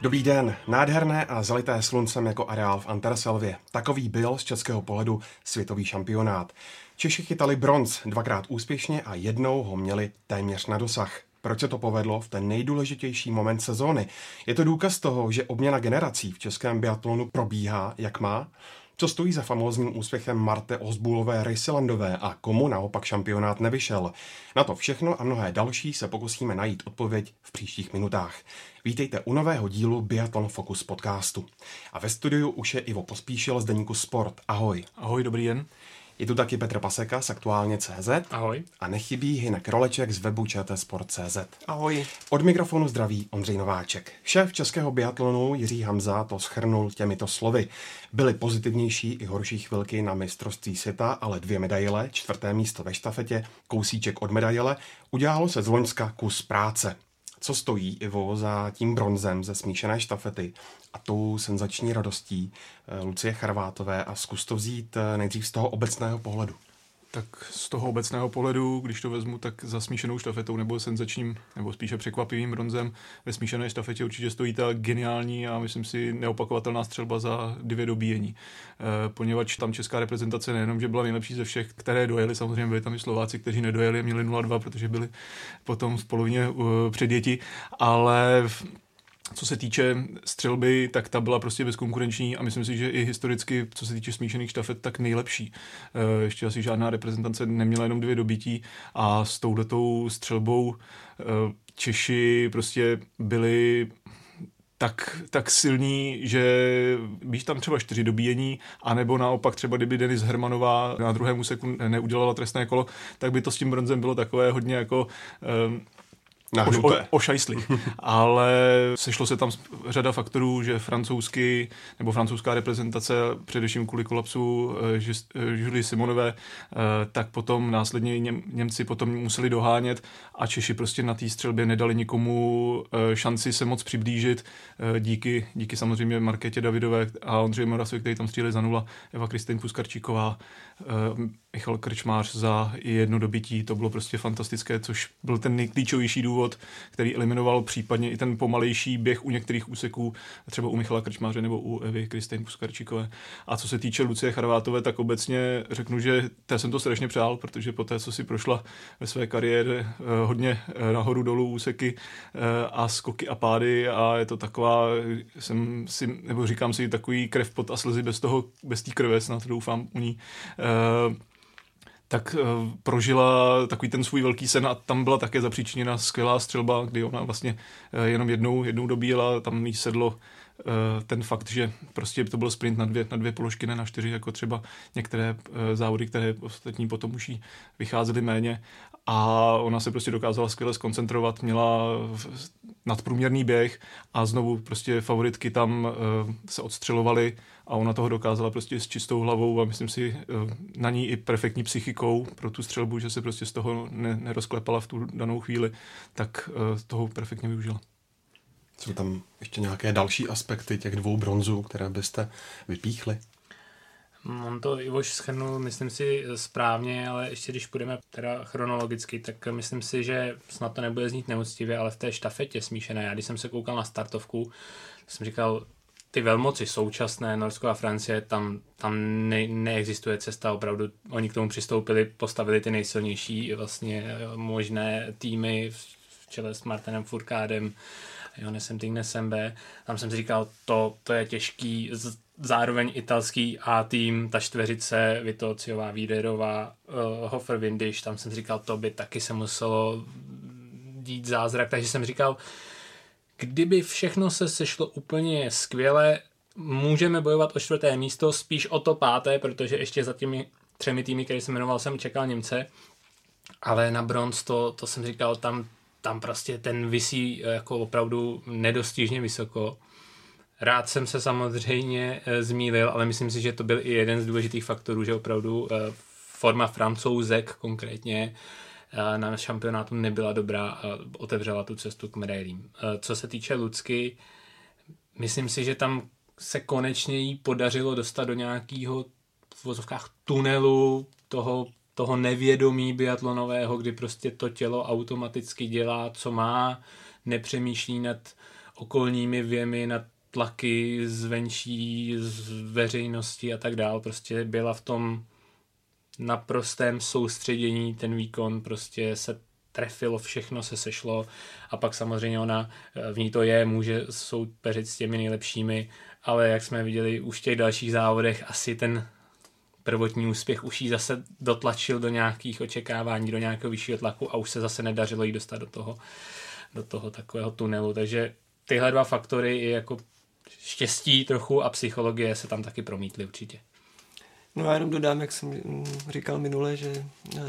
Dobrý den, nádherné a zalité sluncem jako areál v Anterselvě. Takový byl z českého pohledu světový šampionát. Češi chytali bronz dvakrát úspěšně a jednou ho měli téměř na dosah. Proč se to povedlo v ten nejdůležitější moment sezóny? Je to důkaz toho, že obměna generací v českém biatlonu probíhá, jak má? Co stojí za famózním úspěchem Marte Osbulové Ryselandové a komu naopak šampionát nevyšel? Na to všechno a mnohé další se pokusíme najít odpověď v příštích minutách. Vítejte u nového dílu Biathlon Focus podcastu. A ve studiu už je Ivo Pospíšil z deníku Sport. Ahoj. Ahoj, dobrý den. Je tu taky Petr Paseka z Aktuálně.cz. Ahoj. A nechybí Hynek Roleček z webu ČTsport.cz. Ahoj. Od mikrofonu zdraví Ondřej Nováček. Šéf českého biatlonu Jiří Hamza to shrnul těmito slovy. Byly pozitivnější i horší chvilky na mistrovství světa, ale 2 medaile, 4. místo ve štafetě, kousíček od medaile, udělalo se z loňska kus práce. Co stojí, Ivo, za tím bronzem ze smíšené štafety a tou senzační radostí Lucie Charvátové, a zkus to vzít nejdřív z toho obecného pohledu. Tak z toho obecného pohledu, když to vezmu, tak za smíšenou štafetou nebo senzačním, nebo spíše překvapivým bronzem ve smíšené štafetě určitě stojí ta geniální a myslím si neopakovatelná střelba za 2 dobíjení. Poněvadž tam česká reprezentace nejenom, že byla nejlepší ze všech, které dojeli, samozřejmě byli tam i Slováci, kteří nedojeli a měli 0-2, protože byli potom v polovině předjeti, ale co se týče střelby, tak ta byla prostě bezkonkurenční a myslím si, že i historicky, co se týče smíšených štafet, tak nejlepší. Ještě asi žádná reprezentace neměla jenom 2 dobití a s touhletou střelbou Češi prostě byli tak silní, že víš tam třeba 4 dobíjení, anebo naopak třeba kdyby Denis Hermanová na druhém úseku neudělala trestné kolo, tak by to s tím bronzem bylo takové hodně jako ošajsli. Ale sešlo se tam řada faktorů, že francouzská reprezentace, především kvůli kolapsu Julie Simonové, tak potom následně Němci potom museli dohánět a Češi prostě na té střelbě nedali nikomu šanci se moc přiblížit. Díky samozřejmě Markétě Davidové a Ondřeji Morasovi, který tam stříleli za 0, Eva Kristýn Puskarčíková, Michal Krčmář za 1 dobití. To bylo prostě fantastické, což byl ten nejklíčovější důvod, který eliminoval případně i ten pomalejší běh u některých úseků, třeba u Michala Krčmáře nebo u Evy Kristýn Puskarčíkové. A co se týče Lucie Charvátové, tak obecně řeknu, že té jsem to strašně přál, protože po té, co si prošla ve své kariéře hodně nahoru dolů úseky a skoky a pády, a je to taková, říkám si, takový krev, pot a slzy bez té krve, snad doufám u ní, tak prožila takový ten svůj velký sen a tam byla také zapříčiněna skvělá střelba, kdy ona vlastně jenom jednou dobíjela, tam jí sedlo ten fakt, že prostě to byl sprint na 2 položky, ne na 4, jako třeba některé závody, které ostatní potom už jí vycházely méně, a ona se prostě dokázala skvěle zkoncentrovat, měla nadprůměrný běh a znovu prostě favoritky tam se odstřelovaly a ona toho dokázala prostě s čistou hlavou a myslím si na ní i perfektní psychikou pro tu střelbu, že se prostě z toho nerozklepala v tu danou chvíli, tak toho perfektně využila. Jsou tam ještě nějaké další aspekty těch 2 bronzů, které byste vypíchli? On to Ivoš shrnul, myslím si, správně, ale ještě když půjdeme teda chronologicky, tak myslím si, že snad to nebude znít neúctivě, ale v té štafetě smíšené, já když jsem se koukal na startovku, jsem říkal, ty velmoci současné, Norsko a Francie, tam neexistuje cesta, opravdu oni k tomu přistoupili, postavili ty nejsilnější vlastně možné týmy v čele s Martinem Fourcadem, Johannesem Tingnesem. Tam jsem si říkal, to je těžký, zároveň italský A tým, ta čtveřice, Vitociová, Víderová, Hofer, Windisch, tam jsem si říkal, to by taky se muselo dít zázrak, takže jsem říkal, kdyby všechno se sešlo úplně skvěle, můžeme bojovat o 4. místo, spíš o to 5., protože ještě za těmi 3 týmy, které jsem jmenoval, jsem čekal Němce, ale na bronz to jsem říkal, tam prostě ten visí jako opravdu nedostižně vysoko. Rád jsem se samozřejmě zmýlil, ale myslím si, že to byl i jeden z důležitých faktorů, že opravdu forma Francouzek konkrétně na šampionátu nebyla dobrá a otevřela tu cestu k medailím. Co se týče Lucky, myslím si, že tam se konečně jí podařilo dostat do nějakého v vozovkách tunelu toho nevědomí biatlonového, kdy prostě to tělo automaticky dělá, co má, nepřemýšlí nad okolními věmi, na tlaky zvenčí, z veřejnosti a tak dál. Prostě byla v tom naprostém soustředění, ten výkon prostě se trefilo, všechno se sešlo a pak samozřejmě ona v ní to je, může soupeřit s těmi nejlepšími, ale jak jsme viděli už v těch dalších závodech, asi ten prvotní úspěch už jí zase dotlačil do nějakých očekávání, do nějakého vyššího tlaku a už se zase nedařilo jí dostat do toho takového tunelu, takže tyhle dva faktory i jako štěstí trochu a psychologie se tam taky promítly určitě. No já jenom dodám, jak jsem říkal minule, že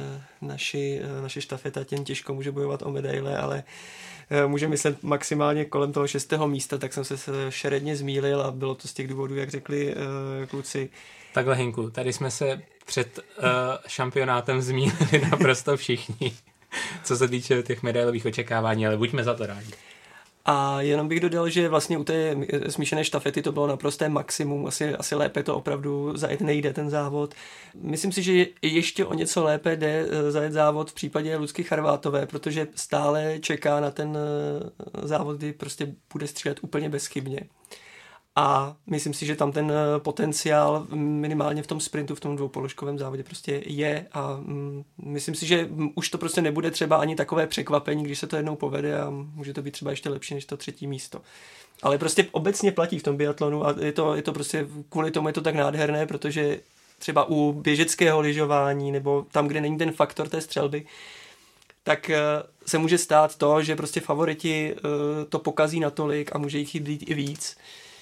naše štafeta těm těžko může bojovat o medaile, ale může myslet maximálně kolem toho 6. místa, tak jsem se šeredně zmýlil a bylo to z těch důvodů, jak řekli kluci. Takhle, Hinku, tady jsme se před šampionátem zmýlili naprosto všichni, co se týče těch medailových očekávání, ale buďme za to rádi. A jenom bych dodal, že vlastně u té smíšené štafety to bylo naprosté maximum, asi lépe to opravdu zajet nejde ten závod. Myslím si, že ještě o něco lépe jde zajet závod v případě Lucky Charvátové, protože stále čeká na ten závod, kdy prostě bude střílet úplně bezchybně. A myslím si, že tam ten potenciál minimálně v tom sprintu, v tom dvoupoložkovém závodě prostě je a myslím si, že už to prostě nebude třeba ani takové překvapení, když se to jednou povede a může to být třeba ještě lepší než to 3. místo. Ale prostě obecně platí v tom biatlonu a je to prostě kvůli tomu je to tak nádherné, protože třeba u běžeckého lyžování nebo tam, kde není ten faktor té střelby, tak se může stát to, že prostě favoriti to pokazí natolik a může jich být i víc,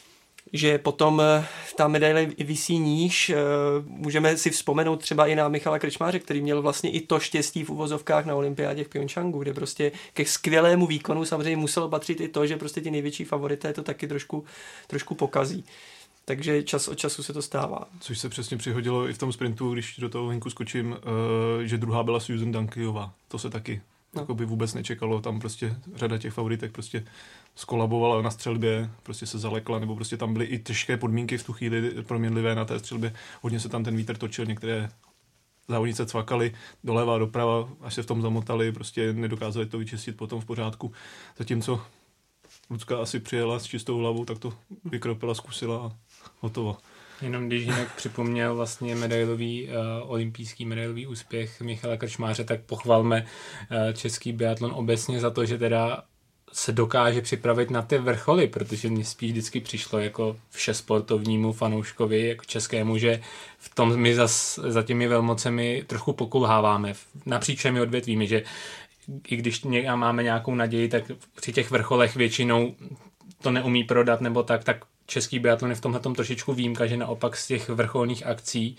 že potom ta medaile visí níž. Můžeme si vzpomenout třeba i na Michala Krčmáře, který měl vlastně i to štěstí v uvozovkách na olympiádě v Pyeongchangu, kde prostě ke skvělému výkonu samozřejmě muselo patřit i to, že prostě ti největší favorité to taky trošku pokazí. Takže čas od času se to stává. Což se přesně přihodilo i v tom sprintu, když do toho, Hinku, skočím, že druhá byla Susan Dunkeyová. To se taky by vůbec nečekalo. Tam prostě řada těch favoritek prostě skolabovala na střelbě, prostě se zalekla, nebo prostě tam byly i těžké podmínky v tu chvíli proměnlivé na té střelbě. Hodně se tam ten vítr točil, některé závodnice cvakaly doleva a doprava, až se v tom zamotali, prostě nedokázali to vyčistit potom v pořádku. Zatímco Lucka asi přijela s čistou hlavou, tak to vykropila, zkusila a hotovo. Jenom když jinak připomněl vlastně olympijský medailový úspěch Michala Krčmáře, tak pochvalme český biatlon obecně za to, že teda se dokáže připravit na ty vrcholy, protože mně spíš vždycky přišlo jako všesportovnímu fanouškovi, jako českému, že v tom my za těmi velmocemi trochu pokulháváme napříč všemi odvětvími, že i když máme nějakou naději, tak při těch vrcholech většinou to neumí prodat nebo tak český biatlon je v tomhletom trošičku výjimka, že naopak z těch vrcholných akcí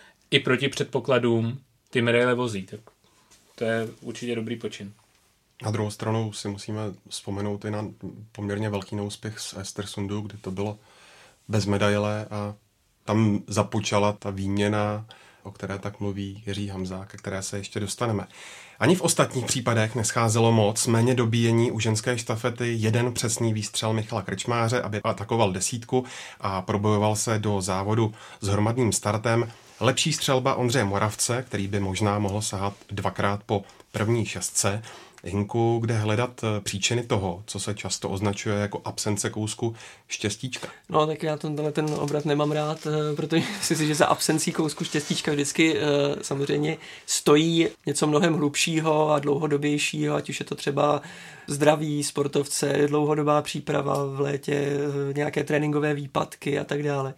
i proti předpokladům ty medaile vozí. Tak to je určitě dobrý počin. Na druhou stranu si musíme vzpomenout i na poměrně velký neúspěch z Östersundu, kdy to bylo bez medaile a tam započala ta výměna, o které tak mluví Jiří Hamza, ke které se ještě dostaneme. Ani v ostatních případech nescházelo moc, méně dobíjení u ženské štafety, jeden přesný výstřel Michala Krčmáře, aby atakoval desítku a probojoval se do závodu s hromadným startem. Lepší střelba Ondřeje Moravce, který by možná mohl sahat dvakrát po první šestce. Hinku, kde hledat příčiny toho, co se často označuje jako absence kousku štěstíčka? No tak já ten obrat nemám rád, protože si, že za absencí kousku štěstíčka vždycky samozřejmě stojí něco mnohem hlubšího a dlouhodobějšího, ať už je to třeba zdraví sportovce, dlouhodobá příprava v létě, nějaké tréninkové výpadky a tak dále.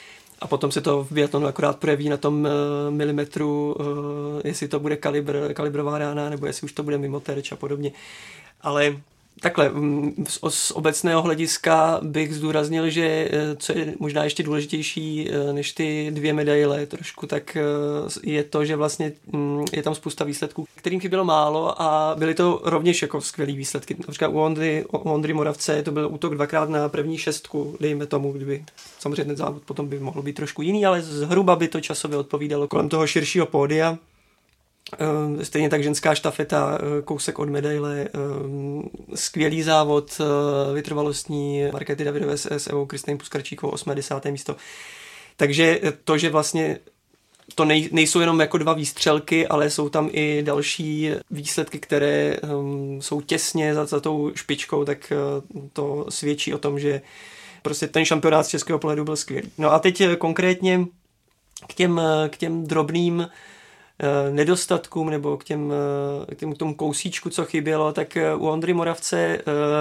A potom se to v biatlonu akorát projeví na tom milimetru, jestli to bude kalibrová rána, nebo jestli už to bude mimo terč a podobně. Ale takhle, z obecného hlediska bych zdůraznil, že co je možná ještě důležitější než ty 2 medaile trošku, tak je to, že vlastně je tam spousta výsledků, kterým chybělo málo a byly to rovněž jako skvělý výsledky. Například u Ondry Moravce to byl útok 2krát na první šestku, dejme tomu, kdyby samozřejmě ten závod potom by mohl být trošku jiný, ale zhruba by to časově odpovídalo kolem toho širšího pódia. Stejně tak ženská štafeta, kousek od medaile, skvělý závod vytrvalostní Markéty Davidové s Evou Kristýnou Puskarčíkovou, 8. 10. místo. Takže to, že vlastně to nejsou jenom jako 2 výstřelky, ale jsou tam i další výsledky, které jsou těsně za tou špičkou, tak to svědčí o tom, že prostě ten šampionát z českého pohledu byl skvělý. No a teď konkrétně k těm drobným nedostatkům nebo k tomu kousíčku, co chybělo, tak u Ondry Moravce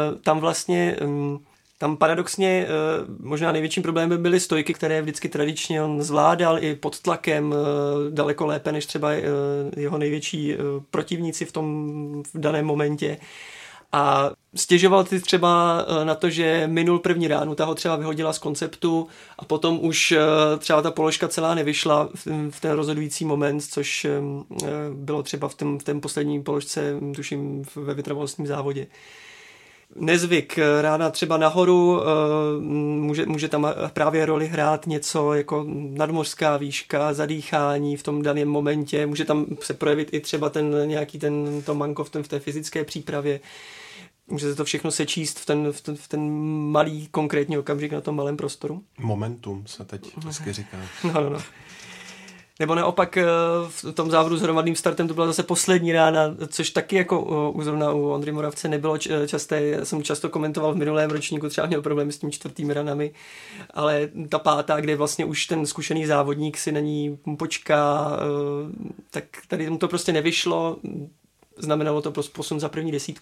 tam paradoxně možná největším problémem byly stojky, které vždycky tradičně on zvládal i pod tlakem daleko lépe než třeba jeho největší protivníci v daném momentě. A stěžoval si třeba na to, že minul první ránu, ta ho třeba vyhodila z konceptu a potom už třeba ta položka celá nevyšla v ten rozhodující moment, což bylo třeba v té poslední položce, tuším, ve vytrvalostním závodě. Nezvyk rána třeba nahoru, může tam právě roli hrát něco jako nadmořská výška, zadýchání v tom daném momentě, může tam se projevit i třeba to manko v té fyzické přípravě. Může se to všechno sečíst v ten malý konkrétní okamžik na tom malém prostoru. Momentum se teď hezky říká. No. Nebo naopak v tom závodu s hromadným startem to byla zase poslední rána, což taky jako zrovna u Ondry Moravce nebylo časté. Já jsem často komentoval v minulém ročníku, třeba měl problém s tím 4. ranami, ale ta 5., kde vlastně už ten zkušený závodník si na ní počká, tak tady mu to prostě nevyšlo, znamenalo to prostě posun za první 10.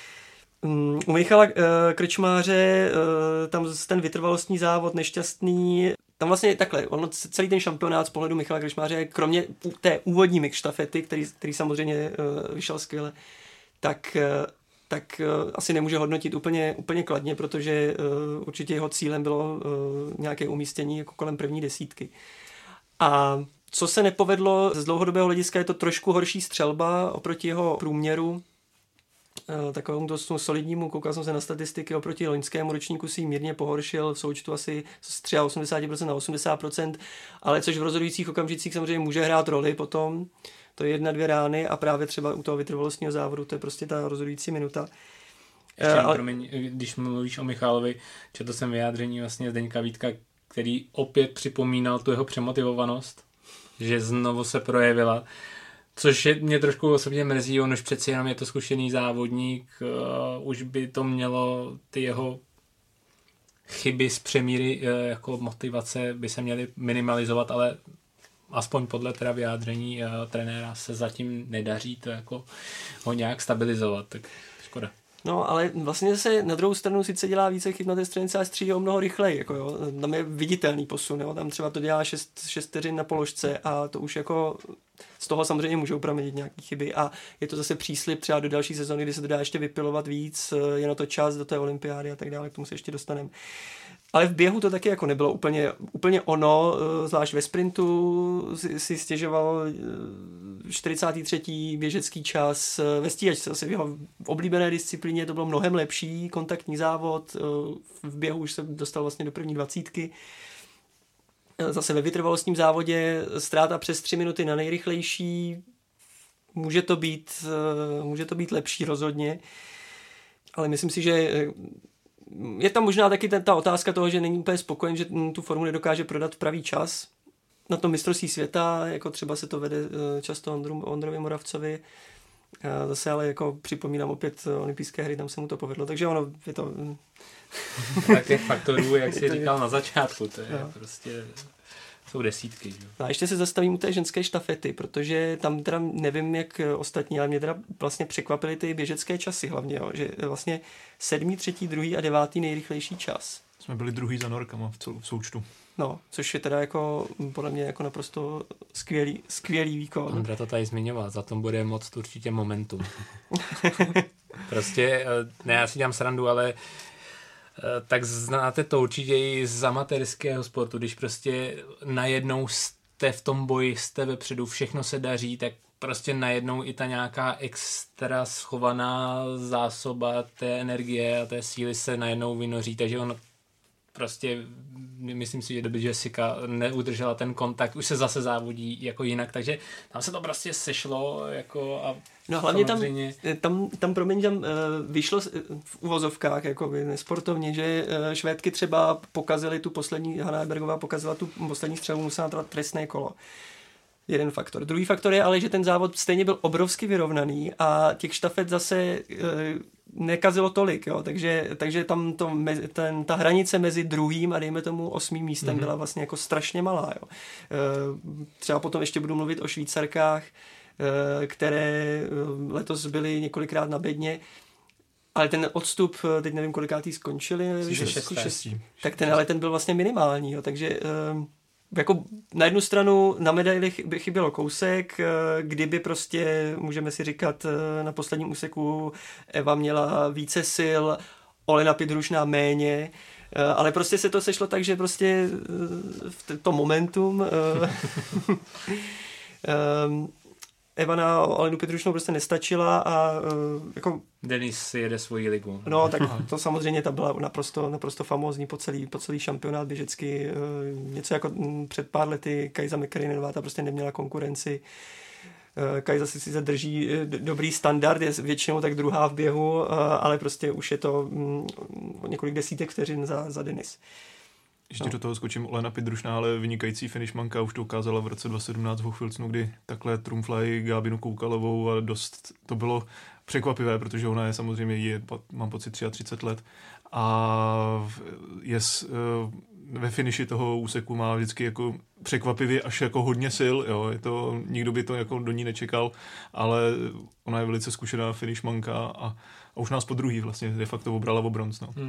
U Michala Krčmáře tam ten vytrvalostní závod nešťastný, tam vlastně takhle, celý ten šampionát z pohledu Michala Krčmáře, kromě té úvodní mixštafety, který samozřejmě vyšel skvěle, tak asi nemůže hodnotit úplně kladně, protože určitě jeho cílem bylo nějaké umístění jako kolem první 10. A co se nepovedlo z dlouhodobého hlediska, je to trošku horší střelba oproti jeho průměru, takovému dost solidnímu, koukal jsem se na statistiky, oproti loňskému ročníku si mírně pohoršil v součtu asi z 83% na 80%, ale což v rozhodujících okamžicích samozřejmě může hrát roli potom, to je 1-2 rány a právě třeba u toho vytrvalostního závodu, to je prostě ta rozhodující minuta. Promiň, když mluvíš o Michalovi, četl jsem vyjádření vlastně Zdeňka Vítka, který opět připomínal tu jeho přemotivovanost, že znovu se projevila. Což mě trošku osobně mrzí, on už přeci jenom je to zkušený závodník, už by to mělo ty jeho chyby z přemíry jako motivace by se měly minimalizovat, ale aspoň podle teda vyjádření trenéra se zatím nedaří to jako ho nějak stabilizovat, tak škoda. No, ale vlastně se na druhou stranu sice dělá více chyb na té stranici, ale střídí o mnoho rychleji, jako jo. Tam je viditelný posun, jo. Tam třeba to dělá 6 vteřin na položce a to už jako z toho samozřejmě můžou pramenit nějaké chyby a je to zase příslib třeba do další sezony, kdy se to dá ještě vypilovat víc, je na to čas do té olympiády a tak dále, k tomu se ještě dostaneme. Ale v běhu to taky jako nebylo úplně ono, zvlášť ve sprintu si stěžoval 43. běžecký čas, ve stíhačce v jeho oblíbené disciplíně to bylo mnohem lepší, kontaktní závod, v běhu už se dostal vlastně do první 20. Zase ve vytrvalostním závodě ztráta přes 3 minuty na nejrychlejší, může to být lepší rozhodně, ale myslím si, že je tam možná taky ta otázka toho, že není úplně spokojen, že tu formu nedokáže prodat v pravý čas. Na tom mistrovství světa, jako třeba se to vede často Ondrovi Moravcovi. Zase ale jako připomínám opět olympijské hry, tam se mu to povedlo. Takže ono je to... Tak těch faktorů, jak jsi říkal na začátku, to je prostě... Jsou desítky. Že? A ještě se zastavím u té ženské štafety, protože tam teda nevím, jak ostatní, ale mě teda vlastně překvapily ty běžecké časy hlavně, jo, že vlastně 7., 3., 2. a 9. nejrychlejší čas. Jsme byli druhý za norkama v součtu. No, což je teda jako podle mě jako naprosto skvělý výkon. Ondra to tady zmiňoval, za tom bude moc určitě momentum. Prostě, ne, já si dělám srandu, ale tak znáte to určitě i z amatérského sportu, když prostě najednou jste v tom boji, jste vepředu, všechno se daří, tak prostě najednou i ta nějaká extra schovaná zásoba té energie a té síly se najednou vynoří, takže on prostě, myslím si, že doby Jessica neudržela ten kontakt, už se zase závodí jako jinak, takže tam se to prostě sešlo jako a no hlavně samozřejmě... tam vyšlo v uvozovkách jako nesportovně, že Švédky třeba pokazily tu poslední, Hanna Bergová pokazila tu poslední střelu, musela trvat trestné kolo. jeden faktor. Druhý faktor je ale, že ten závod stejně byl obrovsky vyrovnaný a těch štafet zase nekazilo tolik, jo? Takže tam ta hranice mezi druhým a dejme tomu 8. místem byla vlastně jako strašně malá. Jo? Třeba potom ještě budu mluvit o Švýcarkách, které letos byly několikrát na bedně, ale ten odstup, teď nevím, kolikátý skončili, 6. Tak ten byl vlastně minimální, jo? Takže jako na jednu stranu na medaili by chybělo kousek, kdyby prostě, můžeme si říkat, na posledním úseku Eva měla více sil, Olena Pidrušná méně, ale prostě se to sešlo tak, že prostě to momentum Eva na Olenu Pidrušnou prostě nestačila a jako... Denis si jede svoji ligu. No, tak to samozřejmě ta byla naprosto famózní po celý šampionát běžecky. Něco jako před pár lety Kajsa McKerrinenová, ta prostě neměla konkurenci. Kajsa si sice drží dobrý standard, je většinou tak druhá v běhu, ale prostě už je to několik desítek vteřin za Denis. Ještě do toho skočím, Olena Pidrušná, ale vynikající finishmanka, už to ukázala v roce 2017 v Hochfilzenu, kdy takhle trumfla i Gábinu Koukalovou a dost to bylo překvapivé, protože ona je samozřejmě, mám pocit, 33 let a ve finiši toho úseku má vždycky jako překvapivě až jako hodně sil, jo, nikdo by to jako do ní nečekal, ale ona je velice zkušená finishmanka a už nás po druhý vlastně de facto obrala o bronz, no.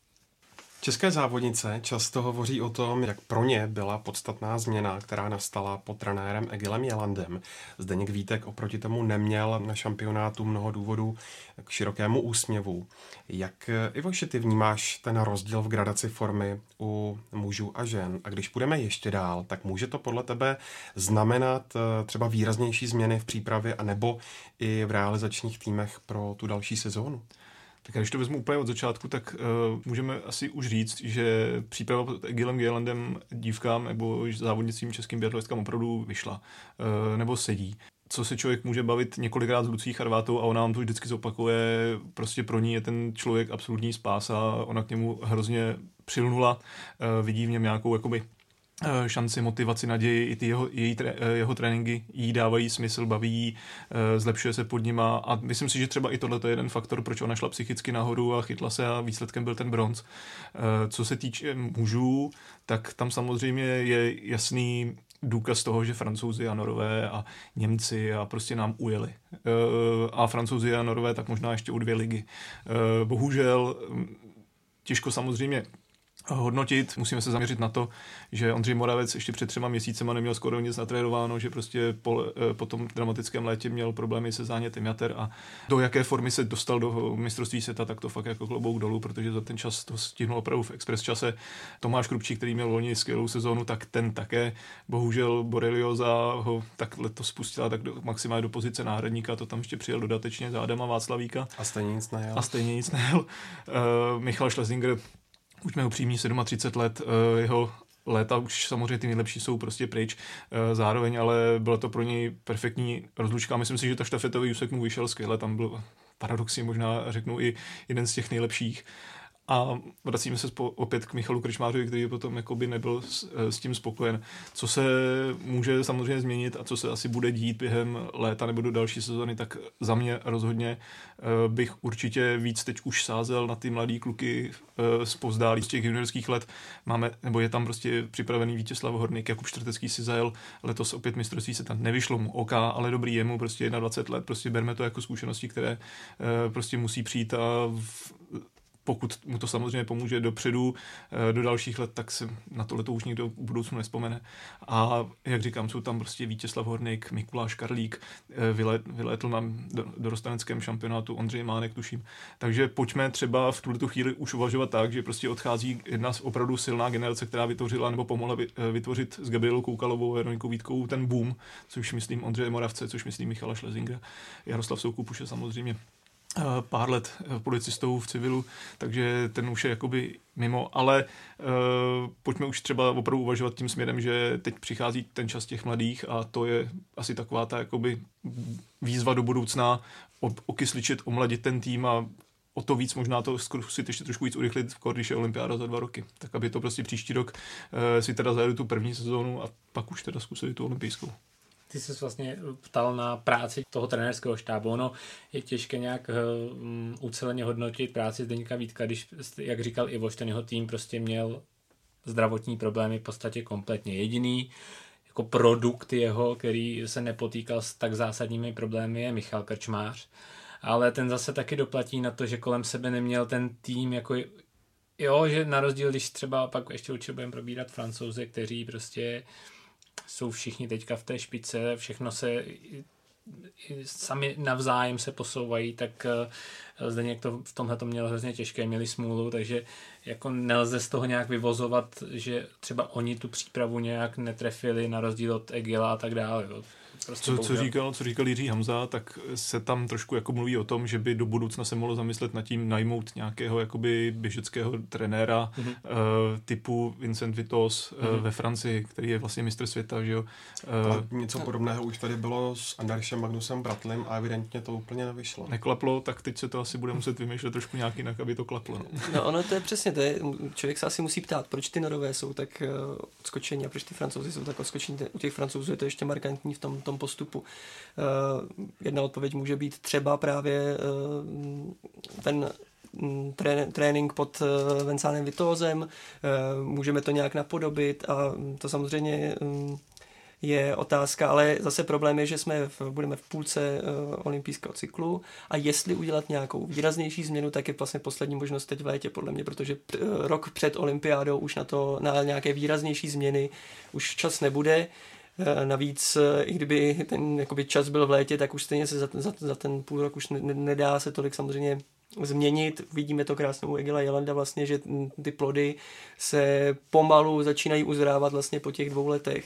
České závodnice často hovoří o tom, jak pro ně byla podstatná změna, která nastala pod trenérem Egilem Jelandem. Zdeněk Vítek oproti tomu neměl na šampionátu mnoho důvodů k širokému úsměvu. Jak, Ivoši, ty vnímáš ten rozdíl v gradaci formy u mužů a žen? A když půjdeme ještě dál, tak může to podle tebe znamenat třeba výraznější změny v přípravě anebo i v realizačních týmech pro tu další sezónu? Tak když to vezmu úplně od začátku, tak můžeme asi už říct, že příprava pod Egilem Jelandem dívkám nebo závodnicím českým biatlonistkám opravdu vyšla nebo sedí. Co se člověk může bavit několikrát s Lucí Charvátou a ona vám to vždycky zopakuje, prostě pro ní je ten člověk absolutní spása, ona k němu hrozně přilnula, vidí v něm nějakou jakoby šanci, motivaci, naději, i ty jeho tréninky jí dávají smysl, baví jí, zlepšuje se pod nima a myslím si, že třeba i tohle je jeden faktor, proč ona šla psychicky nahoru a chytla se a výsledkem byl ten bronz. Co se týče mužů, tak tam samozřejmě je jasný důkaz toho, že Francouzi a Norové a Němci a prostě nám ujeli. A Francouzi a Norové tak možná ještě o 2 ligy. Bohužel těžko samozřejmě hodnotit. Musíme se zaměřit na to, že Ondřej Moravec ještě před 3 měsícema neměl skoro nic natrénováno, že prostě po tom dramatickém létě měl problémy se zánětem jater a do jaké formy se dostal do mistrovství světa, tak to fakt jako klobouk dolů, protože za ten čas to stihnul opravdu v express čase. Tomáš Krupčík, který měl loni skvělou sezónu, tak ten také. Bohužel Borelioza ho tak letos spustila tak maximálně do pozice náhradníka, to tam ještě přijel dodatečně za Adama Václavíka. A stejně nic nejel. Michal Schlesinger, už měl upřímně 37 let, jeho léta už samozřejmě ty nejlepší jsou prostě pryč zároveň, ale byla to pro něj perfektní rozlučka. Myslím si, že ta štafetový úsek mu vyšel skvěle, tam byl paradoxně možná řeknu i jeden z těch nejlepších. A vracíme se opět k Michalu Krčmářovi, který potom jakoby nebyl s tím spokojen. Co se může samozřejmě změnit a co se asi bude dít během léta nebo do další sezony, tak za mě rozhodně bych určitě víc teď už sázel na ty mladý kluky zpovzdálí z těch juniorských let. Nebo je tam prostě připravený Vítězslav Horník, Jakub Štrtecký si zajel letos opět mistrovství se tam nevyšlo mu OK, ale dobrý jemu, prostě 21 let, prostě berme to jako zkušenosti, které prostě musí přijít a pokud mu to samozřejmě pomůže dopředu do dalších let, tak se na tohle už nikdo v budoucnu nespomene. A jak říkám, jsou tam prostě Vítězslav Horník, Mikuláš Karlík, vylétl nám do dorosteneckém šampionátu Ondřej Mánek, tuším. Takže pojďme třeba v tuto chvíli už uvažovat tak, že prostě odchází jedna opravdu silná generace, která vytvořila nebo pomohla vytvořit s Gabrielou Koukalovou a Veronikou Vítkovou ten boom, což myslím Ondřeje Moravce, což myslím Michala Schlesingera. Jaroslav Soukup už je samozřejmě pár let policistou v civilu, takže ten už je jakoby mimo, ale pojďme už třeba opravdu uvažovat tím směrem, že teď přichází ten čas těch mladých a to je asi taková ta jakoby výzva do budoucna okysličit, omladit ten tým a o to víc možná to zkusit ještě trošku víc urychlit, když je olympiáda za 2 roky. Tak aby to prostě příští rok si teda zajeli tu první sezónu a pak už teda zkusili tu olympijskou. ty jsi vlastně ptal na práci toho trenérského štábu. Ono je těžké nějak uceleně hodnotit práci Zdeňka Vítka, když, jak říkal Ivoš, ten jeho tým prostě měl zdravotní problémy v podstatě kompletně. Jediný jako produkt jeho, který se nepotýkal s tak zásadními problémy, je Michal Krčmář. Ale ten zase taky doplatí na to, že kolem sebe neměl ten tým jako jo, že na rozdíl, když třeba pak ještě určitě budeme probírat Francouze, kteří prostě jsou všichni teďka v té špičce, všechno se sami navzájem se posouvají, tak Zdeněk to v tomhle to měl hrozně těžké, měli smůlu, takže jako nelze z toho nějak vyvozovat, že třeba oni tu přípravu nějak netrefili na rozdíl od Egila a tak dále. Jo. Prostě co říkal Jiří Hamza, tak se tam trošku jako mluví o tom, že by do budoucna se mohlo zamyslet nad tím najmout nějakého jakoby běžeckého trenéra typu Vincent Vitos ve Francii, který je vlastně mistr světa, že jo. Něco podobného už tady bylo s Andersem Magnusem Bratlem a evidentně to úplně nevyšlo. Neklaplo, tak teď se to asi bude muset vymýšlet trošku nějak jinak, aby to klaplo. No ono to je přesně, to je, člověk se asi musí ptát, proč ty Norové jsou tak odskočení a proč ty Francouzi jsou tak odskočení. U těch Francouzů je to ještě markantní v tom postupu. Jedna odpověď může být třeba právě ten trénink pod Vincánem Vitozem, můžeme to nějak napodobit a to samozřejmě je otázka, ale zase problém je, že budeme v půlce olympijského cyklu a jestli udělat nějakou výraznější změnu, tak je vlastně poslední možnost teď v létě, podle mě, protože rok před olympiádou už na nějaké výraznější změny už čas nebude. Navíc, i kdyby ten jakoby čas byl v létě, tak už stejně se za ten půl rok už nedá se tolik samozřejmě změnit. Vidíme to krásnou u Egila Jelanda vlastně, že ty plody se pomalu začínají uzrávat vlastně po těch 2 letech.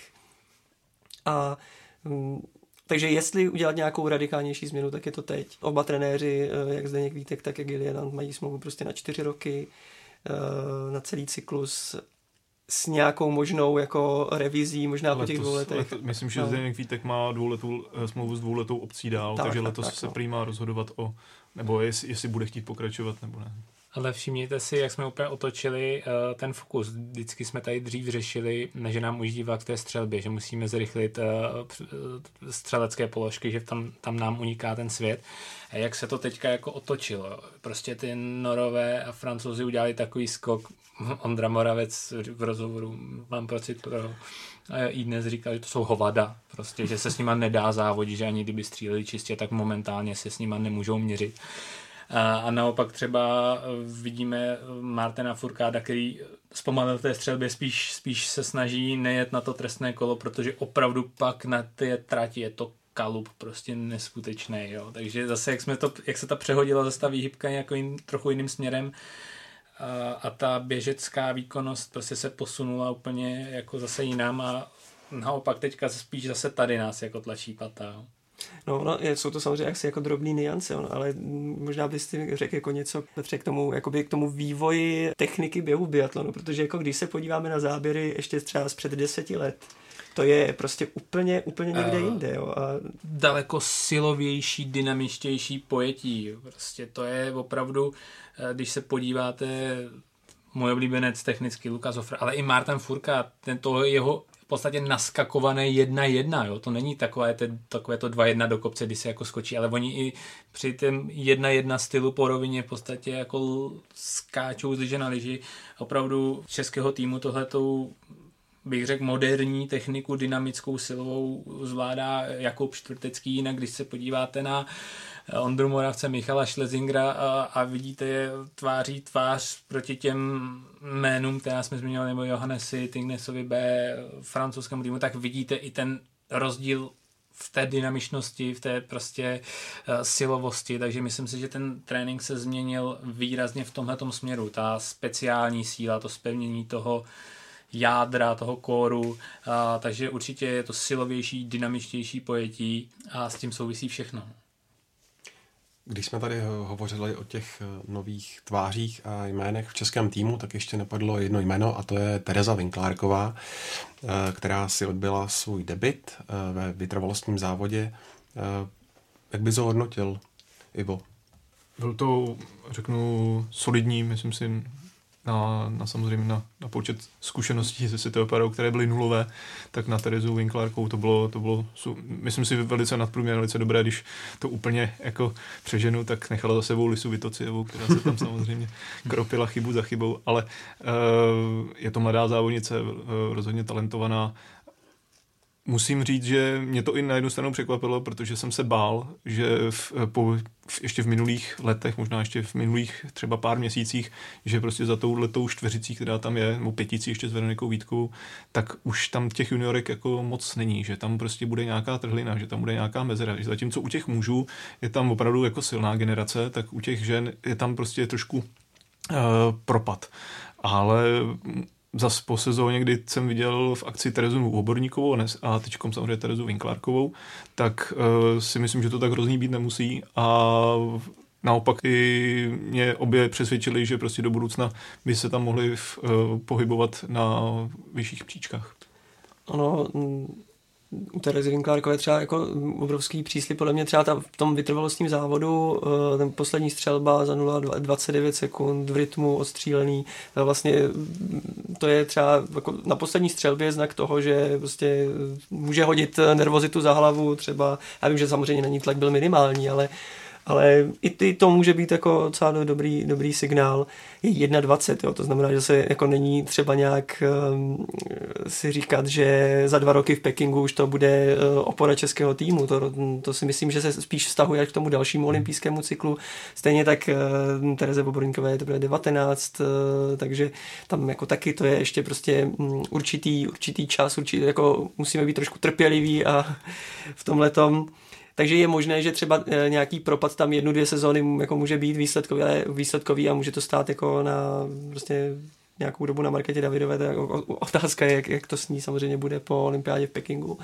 A takže jestli udělat nějakou radikálnější změnu, tak je to teď. Oba trenéři, jak Zdeněk Vítek, tak Egil Jeland, mají smlouvu prostě na 4 roky, na celý cyklus s nějakou možnou jako revizí, možná po těch 2 letech. Myslím, že Zdeněk Vítek má 2letou smlouvu s 2letou opcí dál, takže letos se prý má rozhodovat nebo jestli bude chtít pokračovat, nebo ne. Ale všimněte si, jak jsme úplně otočili ten fokus. Vždycky jsme tady dřív řešili, že nám užívá k té střelbě, že musíme zrychlit střelecké položky, že tam nám uniká ten svět. A jak se to teďka jako otočilo. Prostě ty Norové a Francouzi udělali takový skok. Ondra Moravec v rozhovoru, mám pocit, i dnes říkal, že to jsou hovada. Prostě, že se s nima nedá závodit, že ani kdyby stříleli čistě, tak momentálně se s nima nemůžou měřit. A naopak třeba vidíme Martina Fourcada, který zpomalil v té střelbě, spíš se snaží nejet na to trestné kolo, protože opravdu pak na té trati je to kalup prostě neskutečný. Jo. Takže zase, jak se ta přehodila zase ta výhybka nějakým trochu jiným směrem a ta běžecká výkonnost prostě se posunula úplně jako zase jinam a naopak teďka spíš zase tady nás jako tlačí pata. Jo. No, jsou to samozřejmě asi jako drobný niance, ale možná byste řekl jako něco, Petře, k tomu vývoji techniky běhu v biatlonu, protože jako když se podíváme na záběry ještě třeba z před 10 let, to je prostě úplně někde jinde. Jo. A daleko silovější, dynamičtější pojetí. Prostě to je opravdu, když se podíváte, můj oblíbenec technicky Lukas Hofer, ale i Martin Fourcade, to jeho v podstatě naskakované 1-1, jo, to není takové to 2-1 do kopce, kdy se jako skočí, ale oni i při tom 1-1 stylu po rovině v podstatě jako skáčou z lyže na lyži. Opravdu českého týmu tohletou, bych řekl, moderní techniku, dynamickou, silovou zvládá Jakub Čtvrtecký, jinak když se podíváte na Ondru Moravce, Michala Schlesingera a vidíte je tváří tvář proti těm jménům, která jsme zmínili, nebo Johannesi, Tingnesovi B, francouzskému týmu, tak vidíte i ten rozdíl v té dynamičnosti, v té prostě silovosti, takže myslím si, že ten trénink se změnil výrazně v tomhletom směru. Ta speciální síla, to zpevnění toho jádra, toho kóru, takže určitě je to silovější, dynamičtější pojetí a s tím souvisí všechno. Když jsme tady hovořili o těch nových tvářích a jménech v českém týmu, tak ještě napadlo jedno jméno a to je Tereza Vinklárková, která si odbyla svůj debut ve vytrvalostním závodě. Jak bys ho hodnotil, Ivo? Byl to, řeknu, solidní, myslím si, samozřejmě na počet zkušeností se světového poháru, které byly nulové, tak na Terezu Winklerkovou to bylo myslím si velice nadprůměrné, velice dobré, když to úplně jako přeženu, tak nechala za sebou Lisu Vitocievou, která se tam samozřejmě kropila chybu za chybou, ale je to mladá závodnice, rozhodně talentovaná. Musím říct, že mě to i na jednu stranu překvapilo, protože jsem se bál, že ještě v minulých letech, možná ještě v minulých třeba pár měsících, že prostě za touhletou čtveřicí, která tam je, nebo pěticí ještě s Veronikou Vítkovou, tak už tam těch juniorek jako moc není, že tam prostě bude nějaká trhlina, že tam bude nějaká mezera. Že zatímco u těch mužů je tam opravdu jako silná generace, tak u těch žen je tam prostě trošku propad. Ale zas po sezóně, kdy jsem viděl v akci Terezu Oborníkovou a teďkom samozřejmě Terezu Winklerkovou, tak si myslím, že to tak hrozný být nemusí a naopak i mě obě přesvědčili, že prostě do budoucna by se tam mohli pohybovat na vyšších příčkách. Ono, u Terezy Winklerkové třeba jako obrovský příslib, podle mě třeba v tom vytrvalostním závodu, ten poslední střelba za 0,29 sekund v rytmu odstřílený, vlastně to je třeba jako na poslední střelbě znak toho, že prostě může hodit nervozitu za hlavu třeba, já vím, že samozřejmě na ní tlak byl minimální, ale i to může být jako docela dobrý signál. Je 1,20, jo, to znamená, že se jako není třeba nějak si říkat, že za 2 roky v Pekingu už to bude opora českého týmu. To si myslím, že se spíš vztahuje k tomu dalšímu olympijskému cyklu. Stejně tak Tereze Oborníkové to bude 19, takže tam jako taky to je ještě prostě určitý čas, jako musíme být trošku trpěliví a v tomhletom. Takže je možné, že třeba nějaký propad tam 1-2 sezóny jako může být výsledkový a může to stát jako na prostě nějakou dobu na Markétě Davidové. Otázka je, jak to s ní samozřejmě bude po olympiádě v Pekingu.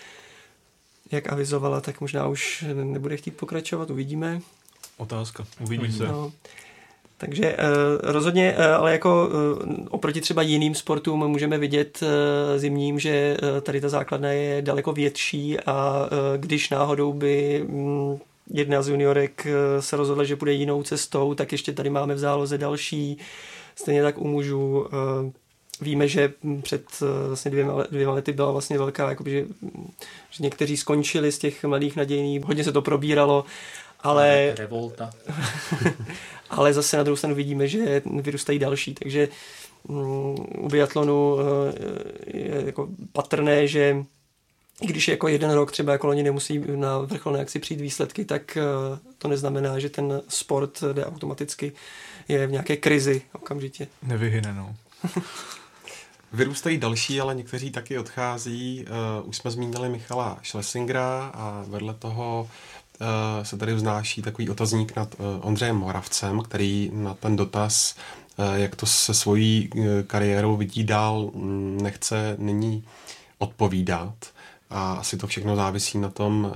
Jak avizovala, tak možná už nebude chtít pokračovat, uvidíme. Otázka, uvidí se. No. Takže rozhodně, ale jako oproti třeba jiným sportům můžeme vidět zimním, že tady ta základna je daleko větší a když náhodou by jedna z juniorek se rozhodla, že půjde jinou cestou, tak ještě tady máme v záloze další. Stejně tak u mužů víme, že před vlastně 2 lety byla vlastně velká, jakoby, že někteří skončili z těch mladých nadějných, hodně se to probíralo, ale revolta. Ale zase na druhou stranu vidíme, že vyrůstají další, takže u biatlonu je jako patrné, že i když jako jeden rok třeba jako loni nemusí na vrcholné akci přijít výsledky, tak to neznamená, že ten sport jde automaticky je v nějaké krizi okamžitě. Nevyhyne, no. Vyrůstají další, ale někteří taky odchází. Už jsme zmínili Michala Schlesingera a vedle toho se tady vznáší takový otazník nad Ondřejem Moravcem, který na ten dotaz, jak to se svojí kariérou vidí dál, nechce nyní odpovídat. A asi to všechno závisí na tom,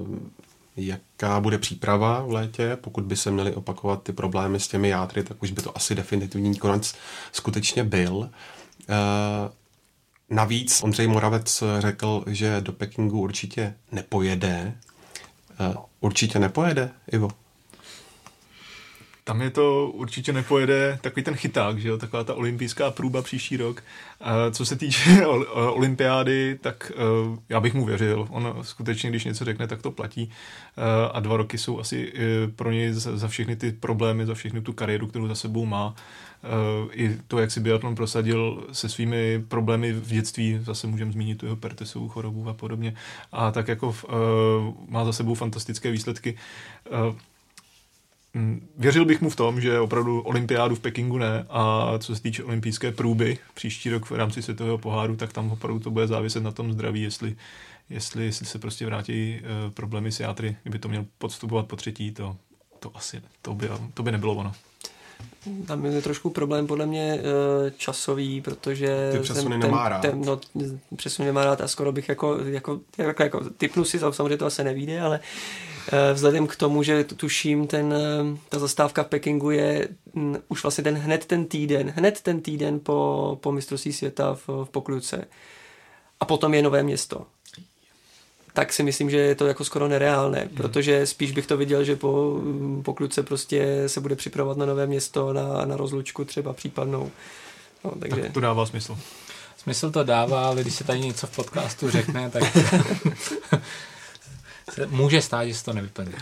jaká bude příprava v létě. Pokud by se měly opakovat ty problémy s těmi játry, tak už by to asi definitivní konec skutečně byl. Navíc Ondřej Moravec řekl, že do Pekingu určitě nepojede. Určitě nepojede, Ivo? Tam je to určitě nepojede takový ten chyták, že jo? Taková ta olympijská průba příští rok. Co se týče olympiády, tak já bych mu věřil. On skutečně, když něco řekne, tak to platí. A 2 roky jsou asi pro něj za všechny ty problémy, za všechny tu kariéru, kterou za sebou má. I to, jak si biatlon prosadil se svými problémy v dětství, zase můžeme zmínit tu jeho Pertesovou chorobu a podobně. A tak jako má za sebou fantastické výsledky. Věřil bych mu v tom, že opravdu olympiádu v Pekingu ne, a co se týče olympijské průby příští rok v rámci světového poháru, tak tam opravdu to bude záviset na tom zdraví, jestli se prostě vrátí problémy s játry, kdyby to měl podstupovat po 3., to asi to by nebylo ono. Tam je trošku problém podle mě časový, protože ty přesuny nemá rád. Přesuny nemá rád a skoro bych jako tipnu si, samozřejmě to asi nevyjde, ale vzhledem k tomu, že tuším, ta zastávka v Pekingu je už vlastně hned ten týden po mistrovství světa v Pokljuce. A potom je Nové Město. tak si myslím, že je to jako skoro nereálné, protože spíš bych to viděl, že po kluce prostě se bude připravovat na nové město, na rozlučku třeba případnou. No, takže... Tak to dává smysl. Smysl to dává, ale když se tady něco v podcastu řekne, tak může stát, že se to nevypadne.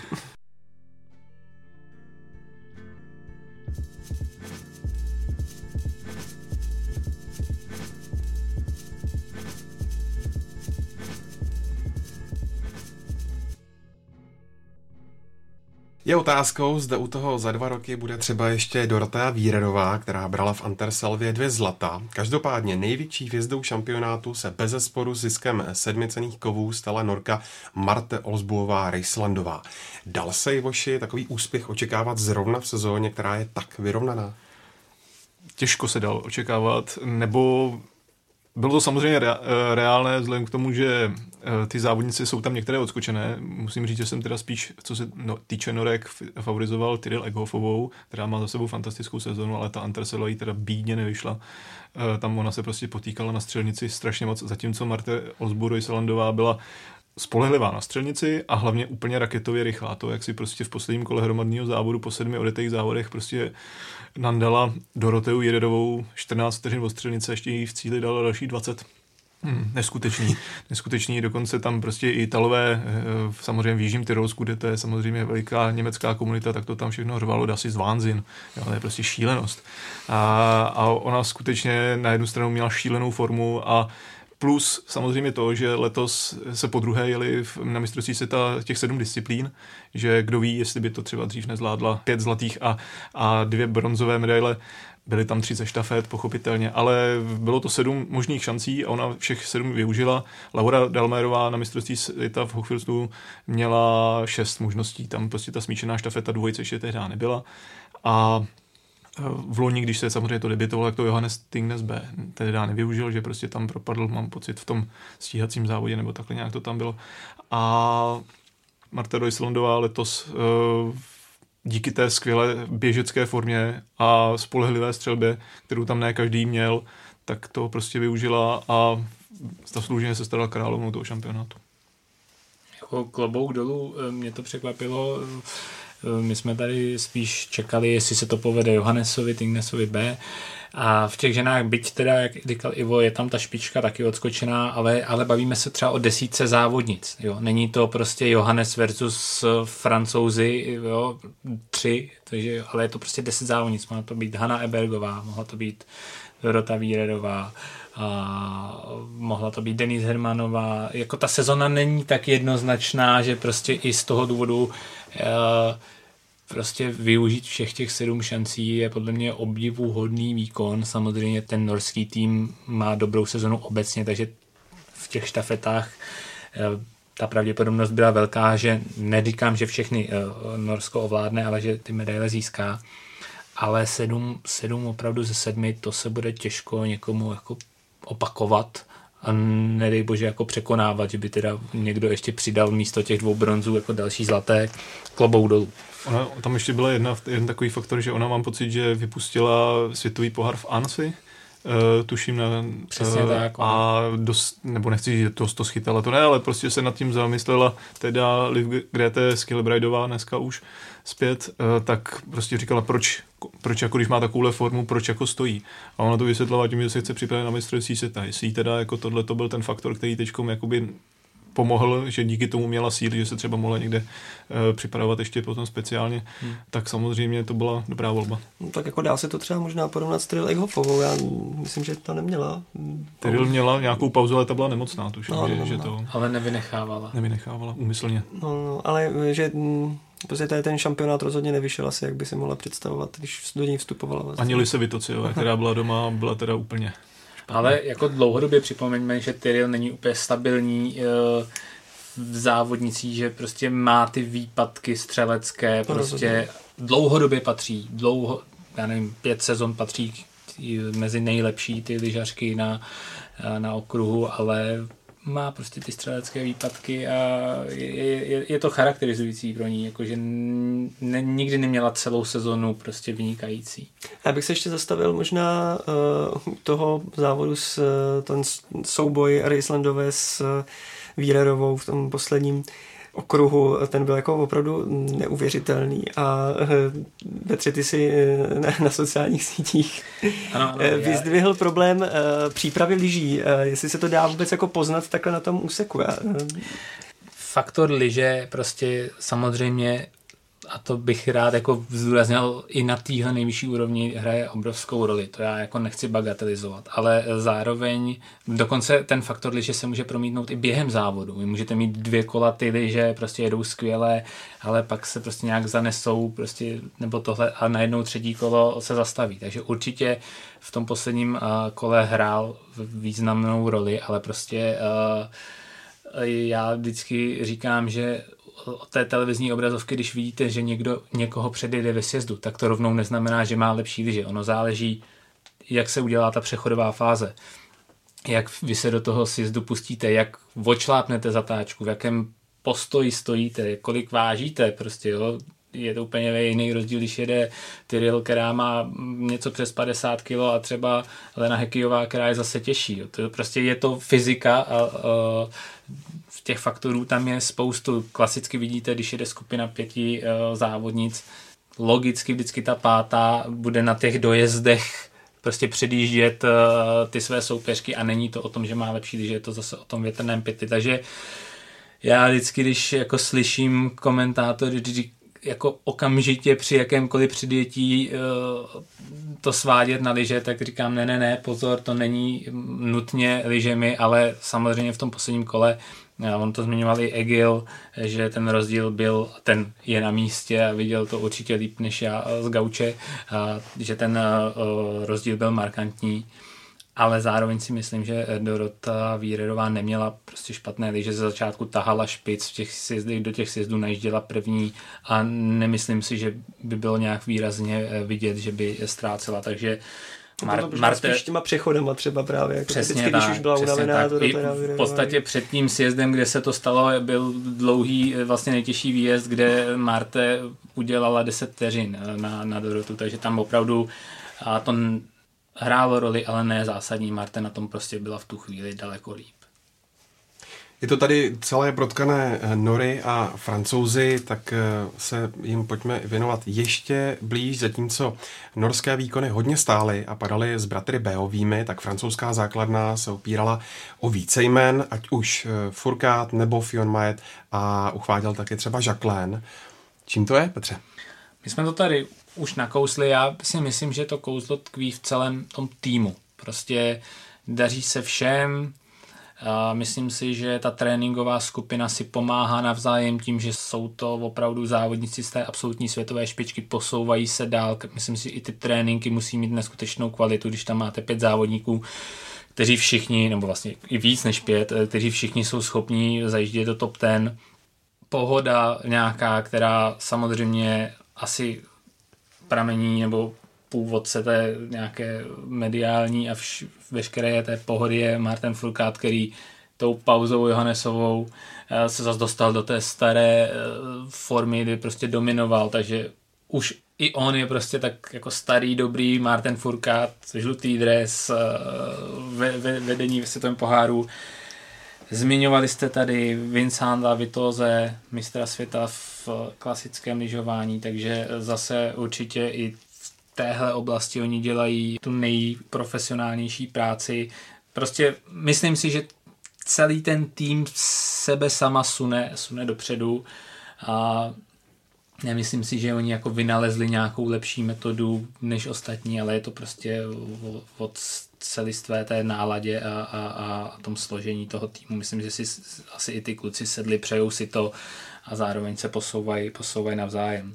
Je otázkou, zda u toho za 2 roky bude třeba ještě Dorotea Vírerová, která brala v Anterselvě 2 zlata. Každopádně největší hvězdou šampionátu se bezesporu s ziskem 7 cenných kovů stala Norka Marte Olsbuová Rejslandová. Dal se Ivoši takový úspěch očekávat zrovna v sezóně, která je tak vyrovnaná? Těžko se dal očekávat, nebo bylo to samozřejmě reálné vzhledem k tomu, že ty závodníci jsou tam některé odskočené. Musím říct, že jsem teda spíš, co se týče Norek, favorizoval Tyrell Eghofovou, která má za sebou fantastickou sezonu, ale ta Anterselva jí teda bídně nevyšla. Tam ona se prostě potýkala na střelnici strašně moc, zatímco Marte Olsbu Rejslandová byla spolehlivá na střelnici a hlavně úplně raketově rychlá. To, jak si prostě v posledním kole hromadného závodu po 7 odjetých závodech prostě nandala Doroteu Vírerovou 14 vteřin od střelnice, ještě jí v cíli dala další 20. Neskutečný, dokonce tam prostě i Italové, samozřejmě v Jižním Tyrolsku, kde to je samozřejmě veliká německá komunita, tak to tam všechno řvalo, dá si Wahnsinn, to je prostě šílenost. A ona skutečně na jednu stranu měla šílenou formu a plus samozřejmě to, že letos se podruhé jeli na mistrovství světa těch 7 disciplín, že kdo ví, jestli by to třeba dřív nezvládla 5 zlatých a 2 bronzové medaile. Byly tam 3 ze štafet, pochopitelně, ale bylo to 7 možných šancí a ona všech 7 využila. Laura Dalmérová na mistrovství světa v Hochfilzu měla 6 možností. Tam prostě ta smíšená štafeta dvojice ještě tehdy nebyla. A v loni, když se samozřejmě to debitovalo, tak to Johannes Tingnes B teda nevyužil, že prostě tam propadl, mám pocit, v tom stíhacím závodě, nebo takhle nějak to tam bylo. A Marta Rejslandová letos díky té skvělé běžecké formě a spolehlivé střelbě, kterou tam ne každý měl, tak to prostě využila a zaslouženě se stala královnou toho šampionátu. Jako klobouk dolů, mě to překvapilo. My jsme tady spíš čekali, jestli se to povede Johannesovi, Tingnesovi B. A v těch ženách, byť teda, jak říkal Ivo, je tam ta špička taky odskočená, ale bavíme se třeba o 10 závodnic. Jo. Není to prostě Johannes versus Francouzi, jo, 3, takže, ale je to prostě 10 závodnic. Mohla to být Hanna Ebergová, mohla to být Dorota Vírerová, a mohla to být Denise Hermanová. Jako ta sezona není tak jednoznačná, že prostě i z toho důvodu prostě využít všech těch 7 šancí je podle mě obdivuhodný výkon. Samozřejmě ten norský tým má dobrou sezonu obecně, takže v těch štafetách ta pravděpodobnost byla velká, že neříkám, že všechny Norsko ovládne, ale že ty medaile získá. Ale 7 opravdu ze 7, to se bude těžko někomu jako opakovat a nedej bože jako překonávat, že by teda někdo ještě přidal místo těch 2 bronzů jako další zlaté, klobouk dolů. Ona, tam ještě byla jeden takový faktor, že ona mám pocit, že vypustila světový pohár v Annecy, tuším na... Přesně tak. A dost, nebo nechci říct, že to schytala, to ne, ale prostě se nad tím zamyslela teda Liv Grete Skillebrydová dneska už zpět, tak prostě říkala, proč jako když má takovouhle formu, proč jako stojí. A ona to vysvětlila tím, že se chce připravit na mistrovství světa. Jestli teda jako tohle to byl ten faktor, který teďkom jakoby pomohl, že díky tomu měla síly, že se třeba mohla někde připravovat ještě potom speciálně, tak samozřejmě to byla dobrá volba. No, tak jako dá se to třeba možná porovnat s Tyrell Eghofovou, já myslím, že ta neměla. Tyrell měla nějakou pauzu, ale ta byla nemocná, tuším, že to... Ale nevynechávala. Nevynechávala, úmyslně. No, ale že... Prostě tady ten šampionát rozhodně nevyšel asi, jak by si mohla představovat, když do něj vstupovala. Vlastně. Ani Lise Vitociová, která byla doma, byla teda úplně špatná. Ale jako dlouhodobě připomeňme, že Tyrell není úplně stabilní v závodnicích, že prostě má ty výpadky střelecké, prostě dlouhodobě patří, já nevím, 5 sezon patří mezi nejlepší ty lyžařky na okruhu, ale má prostě ty střelecké výpadky a je to charakterizující pro ní, jakože nikdy neměla celou sezonu prostě vynikající. Já bych se ještě zastavil možná toho závodu s ten souboj Racelandové s Wiererovou v tom posledním okruhu, ten byl jako opravdu neuvěřitelný a Petře, ty si na sociálních sítích vyzdvihl problém přípravy lyží, jestli se to dá vůbec jako poznat takhle na tom úseku. Faktor lyže prostě samozřejmě, a to bych rád jako zdůraznil, i na téhle nejvyšší úrovni hraje obrovskou roli. To já jako nechci bagatelizovat, ale zároveň dokonce ten faktor lyže se může promítnout i během závodu. Vy můžete mít 2 kola ty lyže, prostě jedou skvěle, ale pak se prostě nějak zanesou prostě, nebo tohle a najednou 3. kolo se zastaví. Takže určitě v tom posledním kole hrál významnou roli, ale prostě já vždycky říkám, že od té televizní obrazovky, když vidíte, že někdo někoho předjede ve sjezdu, tak to rovnou neznamená, že má lepší lyže. Ono záleží, jak se udělá ta přechodová fáze, jak vy se do toho sjezdu pustíte, jak odšlápnete zatáčku, v jakém postoji stojíte, kolik vážíte, prostě jo. Je to úplně jiný rozdíl, když jede Tyrrell, která má něco přes 50 kg a třeba Lena Hekyová, která je zase těžší. Jo. To prostě je to fyzika a těch faktorů tam je spoustu. Klasicky vidíte, když jede skupina 5 závodnic, logicky vždycky ta 5. bude na těch dojezdech prostě předjíždět ty své soupeřky a není to o tom, že má lepší, když je to zase o tom větrném pytli. Takže já vždycky, když jako slyším komentátory, jako okamžitě při jakémkoliv předjetí to svádět na lyže, tak říkám ne, pozor, to není nutně lyžemi, ale samozřejmě v tom posledním kole, on to zmiňoval i Egil, že ten rozdíl byl, ten je na místě a viděl to určitě líp než já z gauče, že ten rozdíl byl markantní. Ale zároveň si myslím, že Dorota Wiererová neměla prostě špatné lyže, ze začátku tahala špic v těch sjezdech, do těch sjezdů najížděla první a nemyslím si, že by bylo nějak výrazně vidět, že by ztrácela, takže Marte s těma přechodama třeba právě, jako přesně vždycky, tak, když už byla unavená. V podstatě před tím sjezdem, kde se to stalo, byl dlouhý, vlastně nejtěžší výjezd, kde Marte udělala 10 vteřin na Dorotu, takže tam opravdu a to hrálo roli, ale ne zásadní. Marte na tom prostě byla v tu chvíli daleko líp. Je to tady celé protkané Nory a Francouzi, tak se jim pojďme věnovat ještě blíž, zatímco norské výkony hodně stály a padaly s bratry Béovými, tak francouzská základna se opírala o více jmen, ať už Fourcade nebo Fionn Maet a uchvátil taky třeba Jacqueline. Čím to je, Petře? My jsme to tady už nakousli, já si myslím, že to kouzlo tkví v celém tom týmu. Prostě daří se všem. Myslím si, že ta tréninková skupina si pomáhá navzájem tím, že jsou to opravdu závodníci z té absolutní světové špičky, posouvají se dál. Myslím si, že i ty tréninky musí mít neskutečnou kvalitu, když tam máte 5 závodníků, kteří všichni, nebo vlastně i víc než 5, kteří všichni jsou schopní zajíždět do top 10. Pohoda nějaká, která samozřejmě asi pramení nebo původce té nějaké mediální a veškeré té pohody je Martin Fourcade, který tou pauzou Johannesovou se zase dostal do té staré formy, kdy prostě dominoval, takže už i on je prostě tak jako starý, dobrý Martin Fourcade, žlutý dres, vedení v světovém poháru. Zmiňovali jste tady Vincenta Vitoze, mistra světa v klasickém lyžování, takže zase určitě i v téhle oblasti oni dělají tu nejprofesionálnější práci. Prostě myslím si, že celý ten tým sebe sama sune dopředu a nemyslím si, že oni jako vynalezli nějakou lepší metodu než ostatní, ale je to prostě od celistvé té náladě a tom složení toho týmu. Myslím, že si asi i ty kluci sedli, přejou si to a zároveň se posouvají navzájem.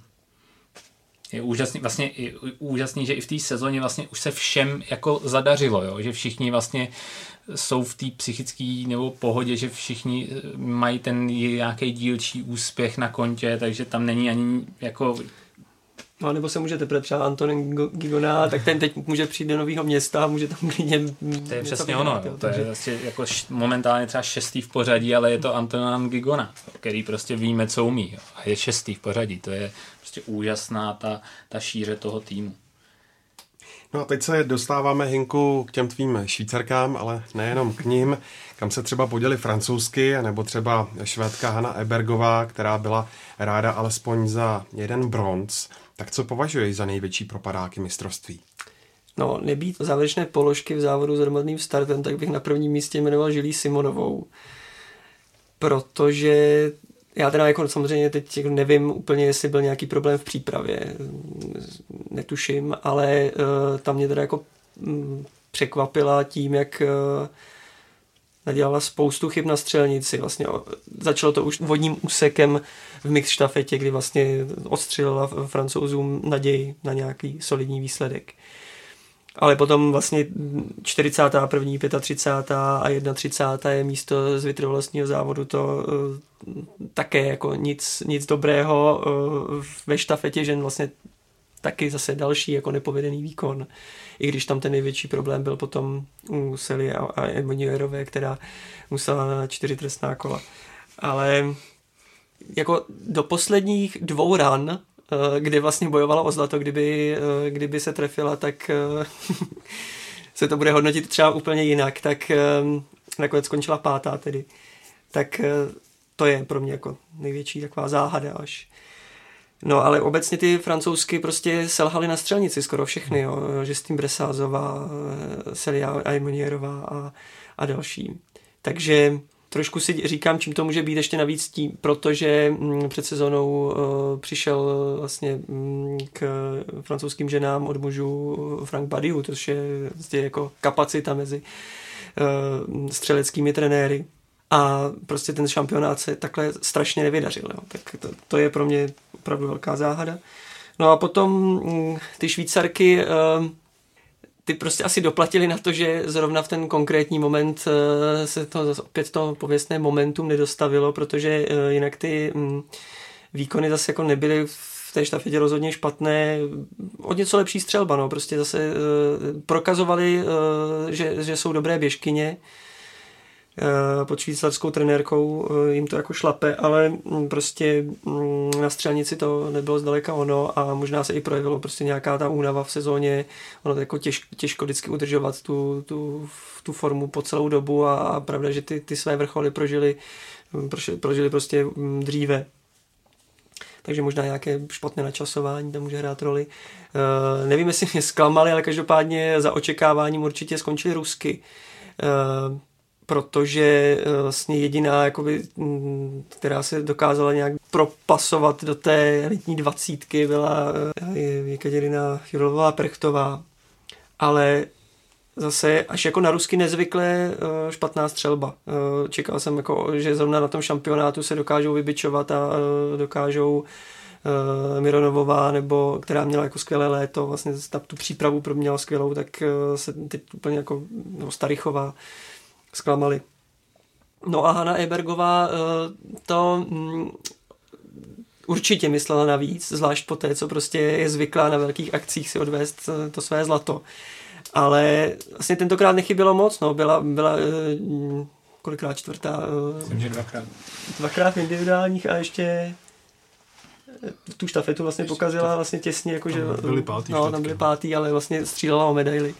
Je úžasný, že i v té sezóně vlastně už se všem jako zadařilo, jo? Že všichni vlastně jsou v té psychické nebo pohodě, že všichni mají ten nějaký dílčí úspěch na kontě, takže tam není ani jako No, nebo se může teprve třeba Antonin Gigona, tak ten teď může přijít do Nového Města a může tam klidně... To je přesně ono, to je vlastně jako momentálně třeba 6. v pořadí, ale je to Antonin Gigona, který prostě víme, co umí, jo, a je 6. v pořadí, to je prostě úžasná ta šíře toho týmu. No a teď se dostáváme, Hinku, k těm tvým Švýcarkám, ale nejenom k ním, kam se třeba poděli francouzsky, nebo třeba Švédka Hanna Ebergová, která byla ráda alespoň za jeden bronz. Tak co považuješ za největší propadáky mistrovství? No, nebýt závěrečné položky v závodu s hromadným startem, tak bych na prvním místě jmenoval Julie Simonovou. Protože já teda jako samozřejmě teď nevím úplně, jestli byl nějaký problém v přípravě, netuším, ale tam mě teda jako překvapila tím, jak nadělala spoustu chyb na střelnici. Vlastně začalo to už vodním úsekem v mix štafetě, kdy vlastně odstřelila Francouzům naději na nějaký solidní výsledek. Ale potom vlastně 41., 35. a 31. je místo z vytrvalostního závodu, to také jako nic dobrého ve štafetě, že vlastně taky zase další jako nepovedený výkon. I když tam ten největší problém byl potom u Sely a Emonierové, která musela na 4 trestná kola. Ale jako do posledních 2 ran, kdy vlastně bojovala o zlato, kdyby se trefila, tak se to bude hodnotit třeba úplně jinak, tak nakonec skončila 5. tedy. Tak to je pro mě jako největší taková záhada až. No ale obecně ty francouzsky prostě selhaly na střelnici skoro všechny, jo. Justine Bressazová, Celia Aymoniérová a další. Takže trošku si říkám, čím to může být ještě navíc tím, protože před sezónou přišel vlastně k francouzským ženám od mužů Frank Badiou, což je vlastně jako kapacita mezi střeleckými trenéry. A prostě ten šampionát se takhle strašně nevydařil. Jo. Tak to je pro mě opravdu velká záhada. No a potom ty Švýcarky, ty prostě asi doplatili na to, že zrovna v ten konkrétní moment se opět to pověstné momentum nedostavilo, protože jinak ty výkony zase jako nebyly v té štafetě rozhodně špatné. O něco lepší střelba, no. Prostě zase prokazovali, že jsou dobré běžkyně. Pod švýcarskou trenérkou jim to jako šlape, ale prostě na střelnici to nebylo zdaleka ono a možná se i projevilo prostě nějaká ta únava v sezóně. Ono to jako těžko vždycky udržovat tu formu po celou dobu a pravda, že ty své vrcholy prožili prostě dříve. Takže možná nějaké špatné načasování tam může hrát roli. Nevím, jestli mě zklamali, ale každopádně za očekáváním určitě skončily Rusky. Protože vlastně jediná, jakoby, která se dokázala nějak propasovat do té elitní 20, byla Jekaterina Chyrilová-Prechtová. Ale zase až jako na Rusky nezvykle špatná střelba. Čekal jsem, jako, že zrovna na tom šampionátu se dokážou vybičovat a dokážou Mironovová, nebo která měla jako skvělé léto, vlastně tu přípravu měla skvělou, tak se teď úplně jako Starychová zklamali. No a Hanna Ebergová to určitě myslela navíc, zvlášť po té, co prostě je zvyklá na velkých akcích si odvést to své zlato. Ale vlastně tentokrát nechybělo moc, no, byla kolikrát 4. Myslím, že 2krát. 2krát v individuálních a ještě tu štafetu vlastně pokazila vlastně těsně, jakože tam byli 5, ale vlastně střílela o medaili.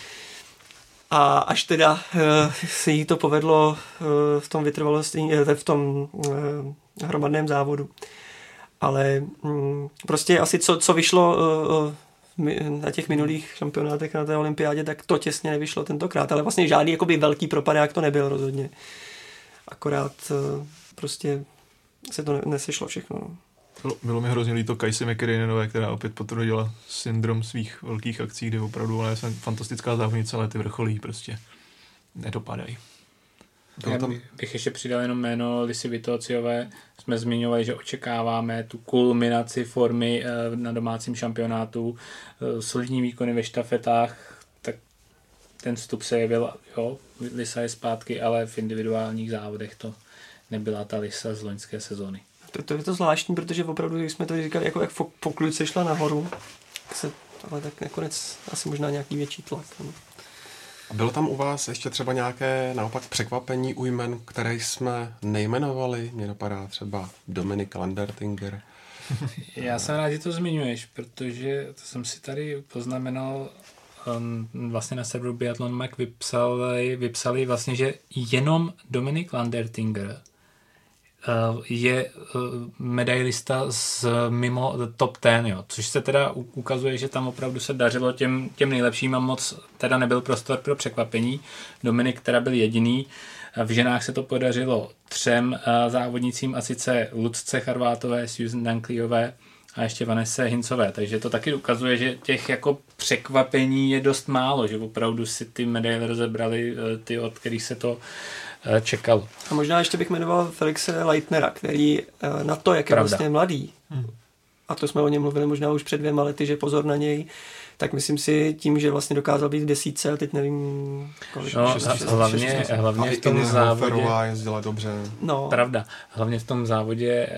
A až teda se jí to povedlo v tom vytrvalosti, v tom hromadném závodu. Ale prostě asi co vyšlo na těch minulých šampionátech na té olympiádě, tak to těsně nevyšlo tentokrát. Ale vlastně žádný jakoby velký propadák to nebyl rozhodně. Akorát prostě se to nesešlo všechno. No. Bylo mi hrozně líto Kajsi McKinnonové, která opět potvrdila syndrom svých velkých akcí, kde opravdu ona je fantastická závodnice, ale ty vrcholí prostě nedopadají. Já bych ještě přidal jenom jméno Lisy Vitociové. Jsme zmiňovali, že očekáváme tu kulminaci formy na domácím šampionátu, solidní výkony ve štafetách, tak ten vstup se jevil, jo, Lisa je zpátky, ale v individuálních závodech to nebyla ta Lisa z loňské sezóny. To je to zvláštní, protože opravdu, když jsme to říkali, jako jak po kluce šla nahoru, ale tak nakonec asi možná nějaký větší tlak. No. A bylo tam u vás ještě třeba nějaké naopak překvapení u jmen, které jsme nejmenovali? Mně napadá třeba Dominik Landertinger. Já jsem rád, že to zmiňuješ, protože to jsem si tady poznamenal, vlastně na serveru Biathlon Mag vypsali vlastně, že jenom Dominik Landertinger je medailista z mimo top 10, jo. Což se teda ukazuje, že tam opravdu se dařilo těm nejlepším a moc teda nebyl prostor pro překvapení. Dominik teda byl jediný. V ženách se to podařilo 3 závodnicím, a sice Lucce Charvátové, Susan Dankliové a ještě Vanesse Hincové. Takže to taky ukazuje, že těch jako překvapení je dost málo, že opravdu si ty medaile rozebrali ty, od kterých se to čekalo. A možná ještě bych jmenoval Felixe Leitnera, který na to, jak je vlastně mladý, a to jsme o něm mluvili možná už před 2 lety, že pozor na něj, tak myslím si tím, že vlastně dokázal být v 10, a teď nevím kolik. No, hlavně v tom závodě jezdila dobře. No. Pravda. Hlavně v tom závodě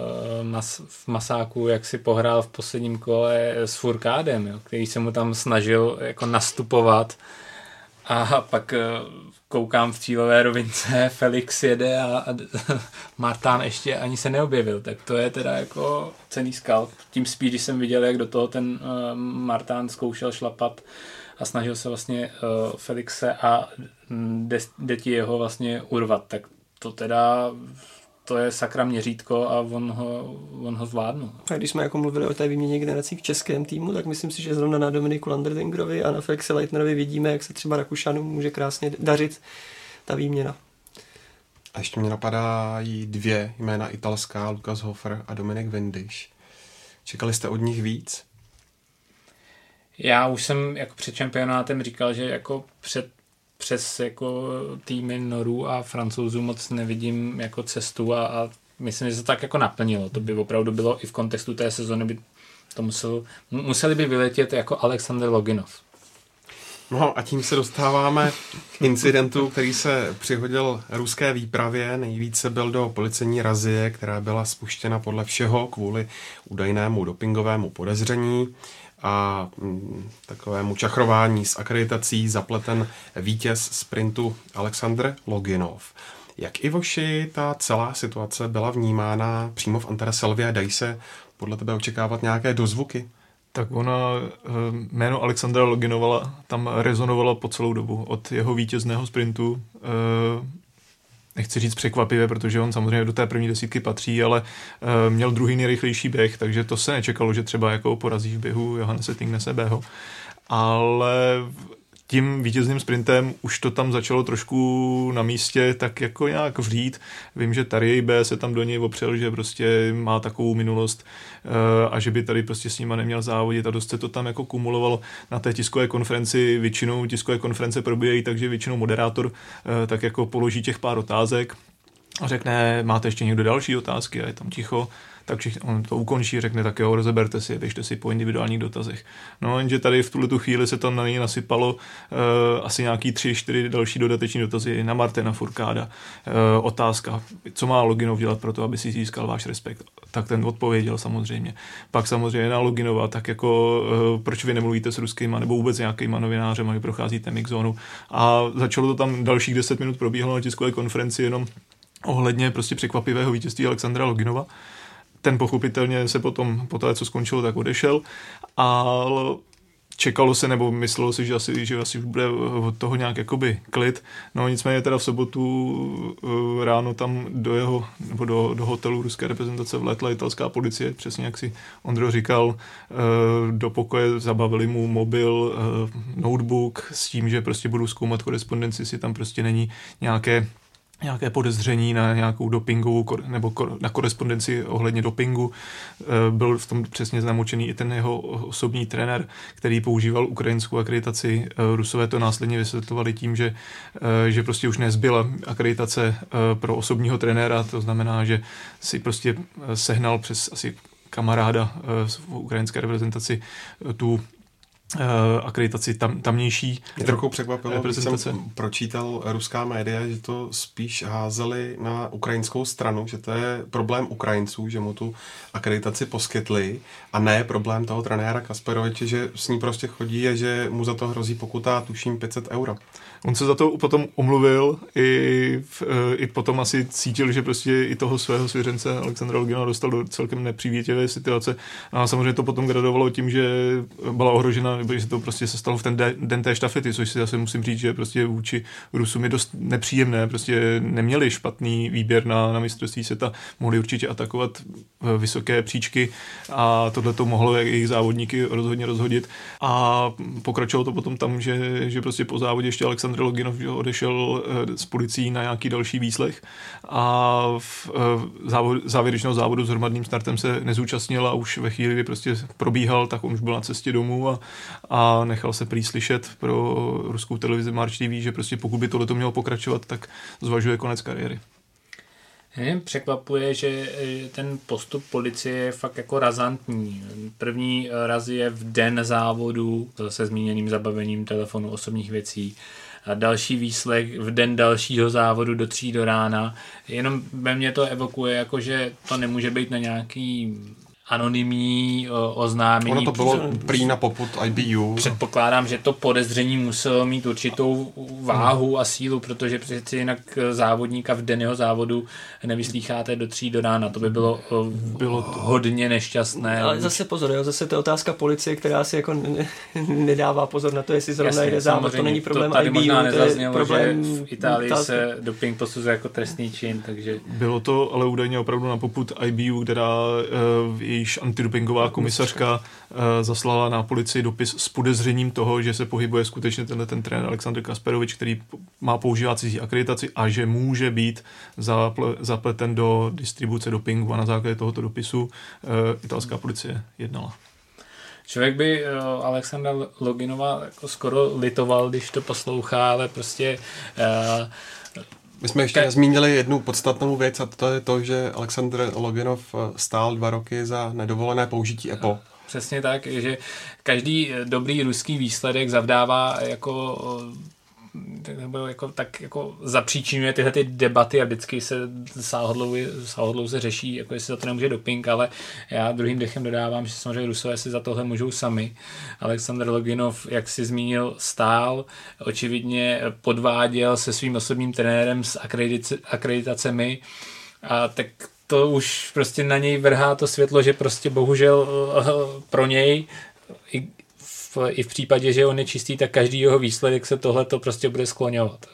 v Masáku, jak si pohrál v posledním kole s Furkádem, jo, který se mu tam snažil jako nastupovat, a pak koukám v cílové rovince, Felix jede a Martán ještě ani se neobjevil, tak to je teda jako cenný skalp. Tím spíš, když jsem viděl, jak do toho ten Martán zkoušel šlapat a snažil se vlastně Felixe a děti jeho vlastně urvat, tak to teda to je sakra měřítko a on ho zvládnul. A když jsme jako mluvili o té výměně generací v českém týmu, tak myslím si, že zrovna na Dominiku Landertingerovi a na Felixe Leitnerovi vidíme, jak se třeba Rakušanům může krásně dařit ta výměna. A ještě mě napadají 2 jména italská, Lukas Hofer a Dominik Windisch. Čekali jste od nich víc? Já už jsem jako před šampionátem říkal, že jako přes jako týmy Norů a Francouzů moc nevidím jako cestu a myslím, že se to tak jako naplnilo. To by opravdu bylo i v kontextu té sezony, by to museli by vyletět jako Alexander Loginov. No a tím se dostáváme k incidentu, který se přihodil ruské výpravě. Nejvíce byl do policejní razie, která byla spuštěna podle všeho kvůli údajnému dopingovému podezření a takovému čachrování s akreditací zapleten vítěz sprintu Alexander Loginov. Jak, Ivoši, ta celá situace byla vnímána přímo v Anterselvě? Dají se podle tebe očekávat nějaké dozvuky? Tak jméno Alexandra Loginova tam rezonovalo po celou dobu. Od jeho vítězného sprintu, nechci říct překvapivě, protože on samozřejmě do té první 10 patří, ale měl druhý nejrychlejší běh, takže to se nečekalo, že třeba jako porazí v běhu Johannese Tingnesebeho. Ale tím vítězným sprintem už to tam začalo trošku na místě tak jako nějak vřít. Vím, že Tarjej B se tam do něj opřel, že prostě má takovou minulost a že by tady prostě s nima neměl závodit a dost se to tam jako kumulovalo na té tiskové konferenci. Většinou tiskové konference probíhají, takže většinou moderátor tak jako položí těch pár otázek a řekne, máte ještě někdo další otázky a je tam ticho. Tak on to ukončí, řekne, tak jo, rozeberte si, běžte si po individuálních dotazech. No, jenže tady v tuhletu chvíli se tam na něj nasypalo asi nějaký 3-4 další dodateční dotazy na Martina Furkáda. Otázka, co má Loginov dělat pro to, aby si získal váš respekt? Tak ten odpověděl samozřejmě. Pak samozřejmě na Loginova, tak jako proč vy nemluvíte s ruskýma nebo vůbec nějakýma novinářema, vy procházíte mixzónu. A začalo to tam dalších 10 minut probíhalo na tiskové konferenci jenom ohledně prostě překvapivého vítězství Alexandra Loginova. Ten pochopitelně se potom, po té, co skončilo, tak odešel, ale čekalo se, nebo myslelo si, že asi bude od toho nějak jakoby klid. No nicméně teda v sobotu ráno tam do hotelu ruské reprezentace vlétla italská policie, přesně jak si Ondro říkal, do pokoje zabavili mu mobil, notebook s tím, že prostě budou zkoumat korespondenci, jestli tam prostě není nějaké podezření na nějakou dopingovou nebo na korespondenci ohledně dopingu. Byl v tom přesně namočený i ten jeho osobní trenér, který používal ukrajinskou akreditaci. Rusové to následně vysvětlovali tím, že prostě už nezbyla akreditace pro osobního trenéra, to znamená, že si prostě sehnal přes asi kamaráda v ukrajinské reprezentaci tu akreditaci tamnější. Mě trochu překvapilo, když jsem pročítal ruská média, že to spíš házeli na ukrajinskou stranu, že to je problém Ukrajinců, že mu tu akreditaci poskytli a ne problém toho trenéra Kasperoviče, že s ní prostě chodí a že mu za to hrozí pokuta, tuším 500 €. On se za to potom omluvil i potom asi cítil, že prostě i toho svého svěřence Alexandra Loginova dostal do celkem nepřívětivé situace. A samozřejmě to potom gradovalo tím, že byla ohrožena, nebo že se to prostě se stalo v ten den té štafety, což si zase musím říct, že prostě vůči Rusům je dost nepříjemné. Prostě neměli špatný výběr na mistrovství světa, mohli určitě atakovat vysoké příčky a tohle to mohlo jejich závodníky rozhodně rozhodit. A pokračovalo to potom tam, že prostě po závodě ještě Alexandr Loginov odešel s policií na nějaký další výslech a v závěrečného závodu s hromadným startem se nezúčastnil a už ve chvíli, kdy prostě probíhal, tak on už byl na cestě domů a nechal se prý slyšet pro ruskou televizi March TV, že prostě pokud by tohleto mělo pokračovat, tak zvažuje konec kariéry. Mě překvapuje, že ten postup policie je fakt jako razantní. První raz je v den závodu se zmíněným zabavením telefonu, osobních věcí. A další výslech v den dalšího závodu do 3 do rána. Jenom ve mně to evokuje, jako že to nemůže být na nějaký anonymní oznámení. Ono to bylo prý na popud IBU. Předpokládám, že to podezření muselo mít určitou váhu a sílu, protože přeci jinak závodníka v den jeho závodu nevyslýcháte do 3 do rána. To by bylo hodně nešťastné. Ale zase pozor, zase to je otázka policie, která si jako nedává pozor na to, jestli zrovna jde závod. To není problém to tady IBU, možná to je problém. Že v Itálii se doping posuzuje jako trestný čin, takže... Bylo to ale údajně opravdu na popud IBU, která jejíž antidopingová komisařka zaslala na policii dopis s podezřením toho, že se pohybuje skutečně ten trenér Alexandr Kasperovič, který má používat cizí akreditaci a že může být zapleten do distribuce dopingu a na základě tohoto dopisu italská policie jednala. Člověk by Alexandra Loginova jako skoro litoval, když to poslouchá, ale prostě... My jsme ještě nezmínili jednu podstatnou věc a to je to, že Alexandr Loginov stál 2 roky za nedovolené použití EPO. Přesně tak, že každý dobrý ruský výsledek zavdává tak zapříčinuje tyhle ty debaty a vždycky se sáhodlou se řeší, jako jestli za to nemůže doping, ale já druhým dechem dodávám, že samozřejmě Rusové si za tohle můžou sami. Alexandr Loginov, jak si zmínil, stál, očividně podváděl se svým osobním trenérem s akreditacemi a tak to už prostě na něj vrhá to světlo, že prostě bohužel pro něj i v případě, že on je čistý, tak každý jeho výsledek se tohleto prostě bude skloňovat.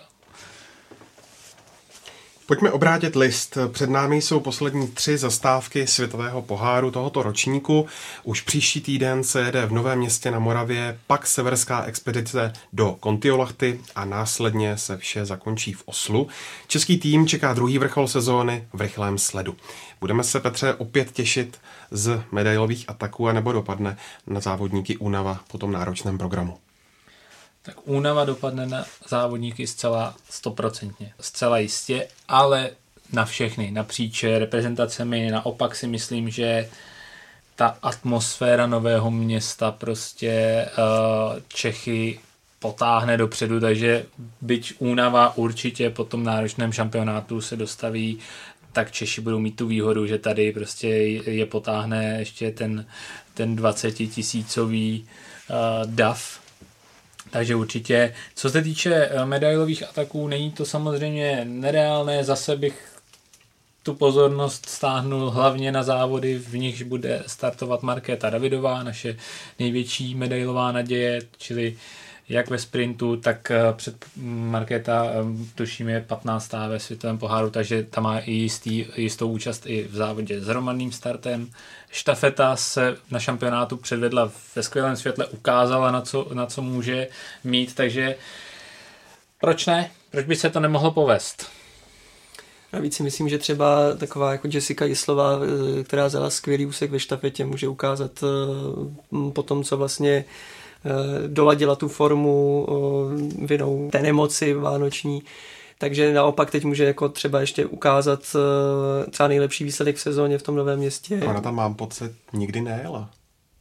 Pojďme obrátit list. Před námi jsou poslední 3 zastávky světového poháru tohoto ročníku. Už příští týden se jede v Novém Městě na Moravě, pak severská expedice do Kontiolahty a následně se vše zakončí v Oslu. Český tým čeká druhý vrchol sezóny v rychlém sledu. Budeme se, Petře, opět těšit z medailových ataků, anebo dopadne na závodníky únava po tom náročném programu? Tak únava dopadne na závodníky zcela 100%, zcela jistě, ale na všechny, napříč reprezentacemi. Naopak si myslím, že ta atmosféra Nového Města prostě Čechy potáhne dopředu, takže byť únava určitě po tom náročném šampionátu se dostaví, tak Češi budou mít tu výhodu, že tady prostě je potáhne ještě ten 20 000 dav. Takže určitě, co se týče medailových ataků, není to samozřejmě nereálné, zase bych tu pozornost stáhnul hlavně na závody, v nichž bude startovat Markéta Davidová, naše největší medailová naděje, čili jak ve sprintu, tak před Markéta tuším je 15. ve světovém poháru, takže tam má i jistou účast i v závodě s hromadným startem. Štafeta se na šampionátu předvedla ve skvělém světle, ukázala na co může mít, takže proč ne? Proč by se to nemohlo povést? Navíc si myslím, že třeba taková jako Jessica Jislová, která vzala skvělý úsek ve štafetě, může ukázat po tom, co vlastně doladila tu formu vinou té nemoci vánoční. Takže naopak teď může jako třeba ještě ukázat třeba nejlepší výsledek v sezóně v tom Novém Městě. Ona tam, mám pocit, nikdy nejela.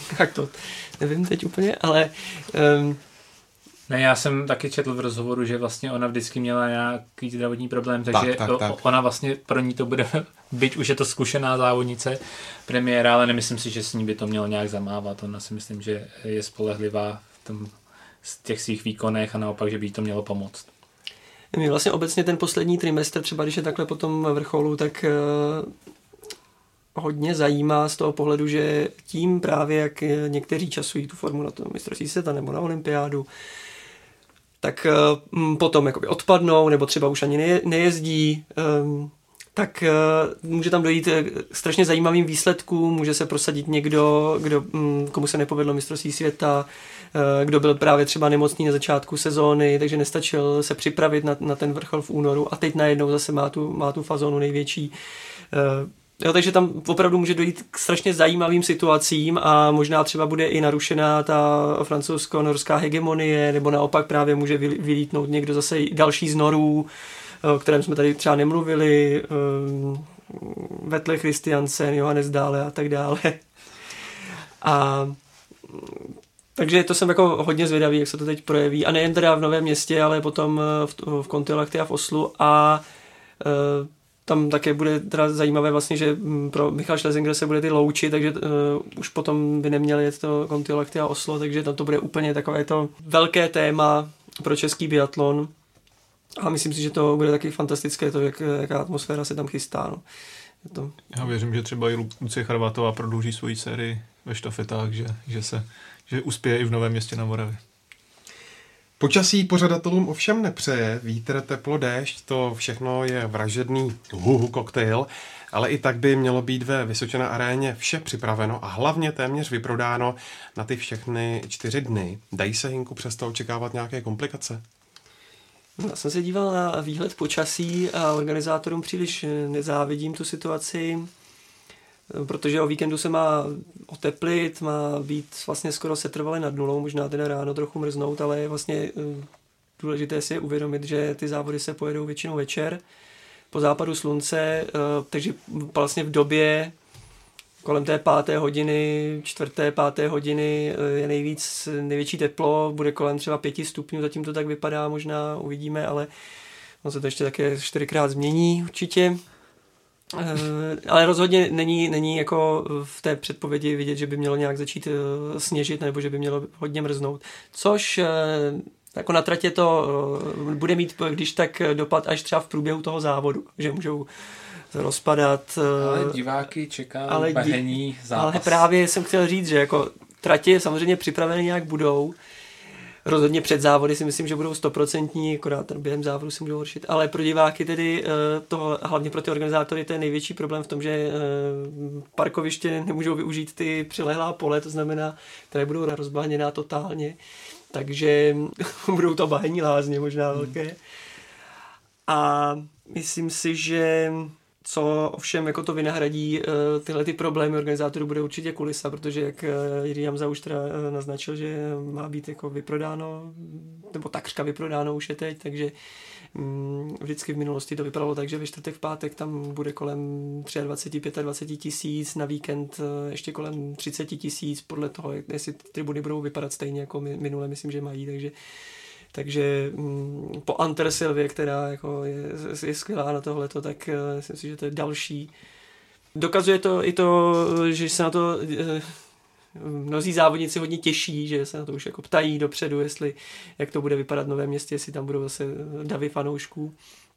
Tak to nevím teď úplně, ale... Ne, já jsem taky četl v rozhovoru, že vlastně ona vždycky měla nějaký zdravotní problém, takže tak. Ona vlastně pro ní to bude, byť už je to zkušená závodnice premiéra, ale nemyslím si, že s ní by to mělo nějak zamávat. Ona si myslím, že je spolehlivá v těch svých výkonech a naopak, že by jí to mělo pomoct. Mě vlastně obecně ten poslední trimestr, třeba když je takhle po tom vrcholu, tak hodně zajímá z toho pohledu, že tím právě, jak někteří časují tu formu na to mistrovství světa nebo na olympiádu, tak potom jakoby odpadnou, nebo třeba už ani nejezdí, tak může tam dojít k strašně zajímavým výsledkům, může se prosadit někdo, komu se nepovedlo mistrovství světa, kdo byl právě třeba nemocný na začátku sezóny, takže nestačil se připravit na ten vrchol v únoru a teď najednou zase má tu fazonu největší. Jo, takže tam opravdu může dojít k strašně zajímavým situacím a možná třeba bude i narušená ta francouzsko-norská hegemonie, nebo naopak právě může vylítnout někdo zase další z norů, o kterém jsme tady třeba nemluvili, Vettel, Christiansen, Johannes Dále a tak dále. A takže to jsem jako hodně zvědavý, jak se to teď projeví. A nejen teda v Novém Městě, ale potom v Kontiolahti a v Oslu a tam také bude teda zajímavé vlastně, že pro Michal Schlesinger se bude ty loučit, takže už potom by neměli jet to Kontiolahti a Oslo, takže tam to bude úplně takové to velké téma pro český biatlon. A myslím si, že to bude taky fantastické, to, jaká atmosféra se tam chystá. No. Já věřím, že třeba i Lucie Charvátová prodlouží svoji sérii ve štafetách, že uspěje i v Novém Městě na Moravě. Počasí pořadatelům ovšem nepřeje, vítr, teplo, déšť, to všechno je vražedný koktejl, ale i tak by mělo být ve Vysočané aréně vše připraveno a hlavně téměř vyprodáno na ty všechny 4 dny. Dají se, Hinku, přesto očekávat nějaké komplikace? Já jsem se díval na výhled počasí a organizátorům příliš nezávidím tu situaci, protože o víkendu se má oteplit, má být vlastně skoro setrvale nad nulou, možná teda ráno trochu mrznout, ale je vlastně důležité si je uvědomit, že ty závody se pojedou většinou večer po západu slunce, takže vlastně v době kolem té 5. hodiny, 4. 5. hodiny je největší teplo, bude kolem třeba 5 stupňů, zatím to tak vypadá, možná uvidíme, ale on se to ještě také 4krát změní určitě. Ale rozhodně není jako v té předpovědi vidět, že by mělo nějak začít sněžit nebo že by mělo hodně mrznout. Což jako na tratě to bude mít, když tak dopad až třeba v průběhu toho závodu, že můžou rozpadat. Ale diváky čeká bahení zápas. Ale právě jsem chtěl říct, že jako tratě samozřejmě připravené nějak budou. Rozhodně před závody si myslím, že budou 100%, akorát během závodu se můžou horšit, ale pro diváky tedy, hlavně pro ty organizátory, to je největší problém v tom, že parkoviště nemůžou využít ty přilehlá pole, to znamená, které budou rozbahněná totálně, takže budou to bahení lázně možná velké. A myslím si, že co ovšem jako to vynahradí tyhle ty problémy organizátorů bude určitě kulisa, protože jak Jiří Jamza už teda naznačil, že má být jako vyprodáno, nebo takřka vyprodáno už je teď, takže vždycky v minulosti to vypadalo tak, že ve čtvrtek, v pátek tam bude kolem 23-25 tisíc, na víkend ještě kolem 30 tisíc, podle toho, jestli tribuny budou vypadat stejně jako minule, myslím, že mají, takže po Antersilvě, která jako je skvělá na tohleto, tak myslím si, že to je další. Dokazuje to i to, že se na to mnozí závodníci hodně těší, že se na to už jako ptají dopředu, jak to bude vypadat v Novém Městě, jestli tam budou zase davy fanoušků.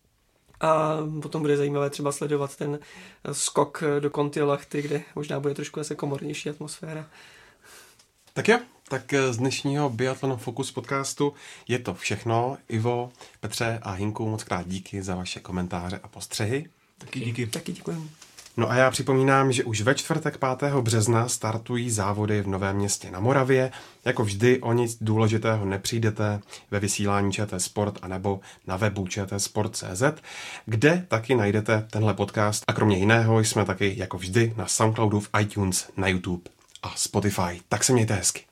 A potom bude zajímavé třeba sledovat ten skok do Kontiolahty, kde možná bude trošku zase komornější atmosféra. Tak jo, tak z dnešního Biathlon Focus podcastu je to všechno. Ivo, Petře a Hinku, moc krát díky za vaše komentáře a postřehy. Taky díky. Taky děkujeme. No a já připomínám, že už ve čtvrtek 5. března startují závody v Novém Městě na Moravě. Jako vždy o nic důležitého nepřijdete ve vysílání ČT Sport anebo na webu čtsport.cz, kde taky najdete tenhle podcast. A kromě jiného jsme taky jako vždy na Soundcloudu, v iTunes, na YouTube a Spotify. Tak se mějte hezky.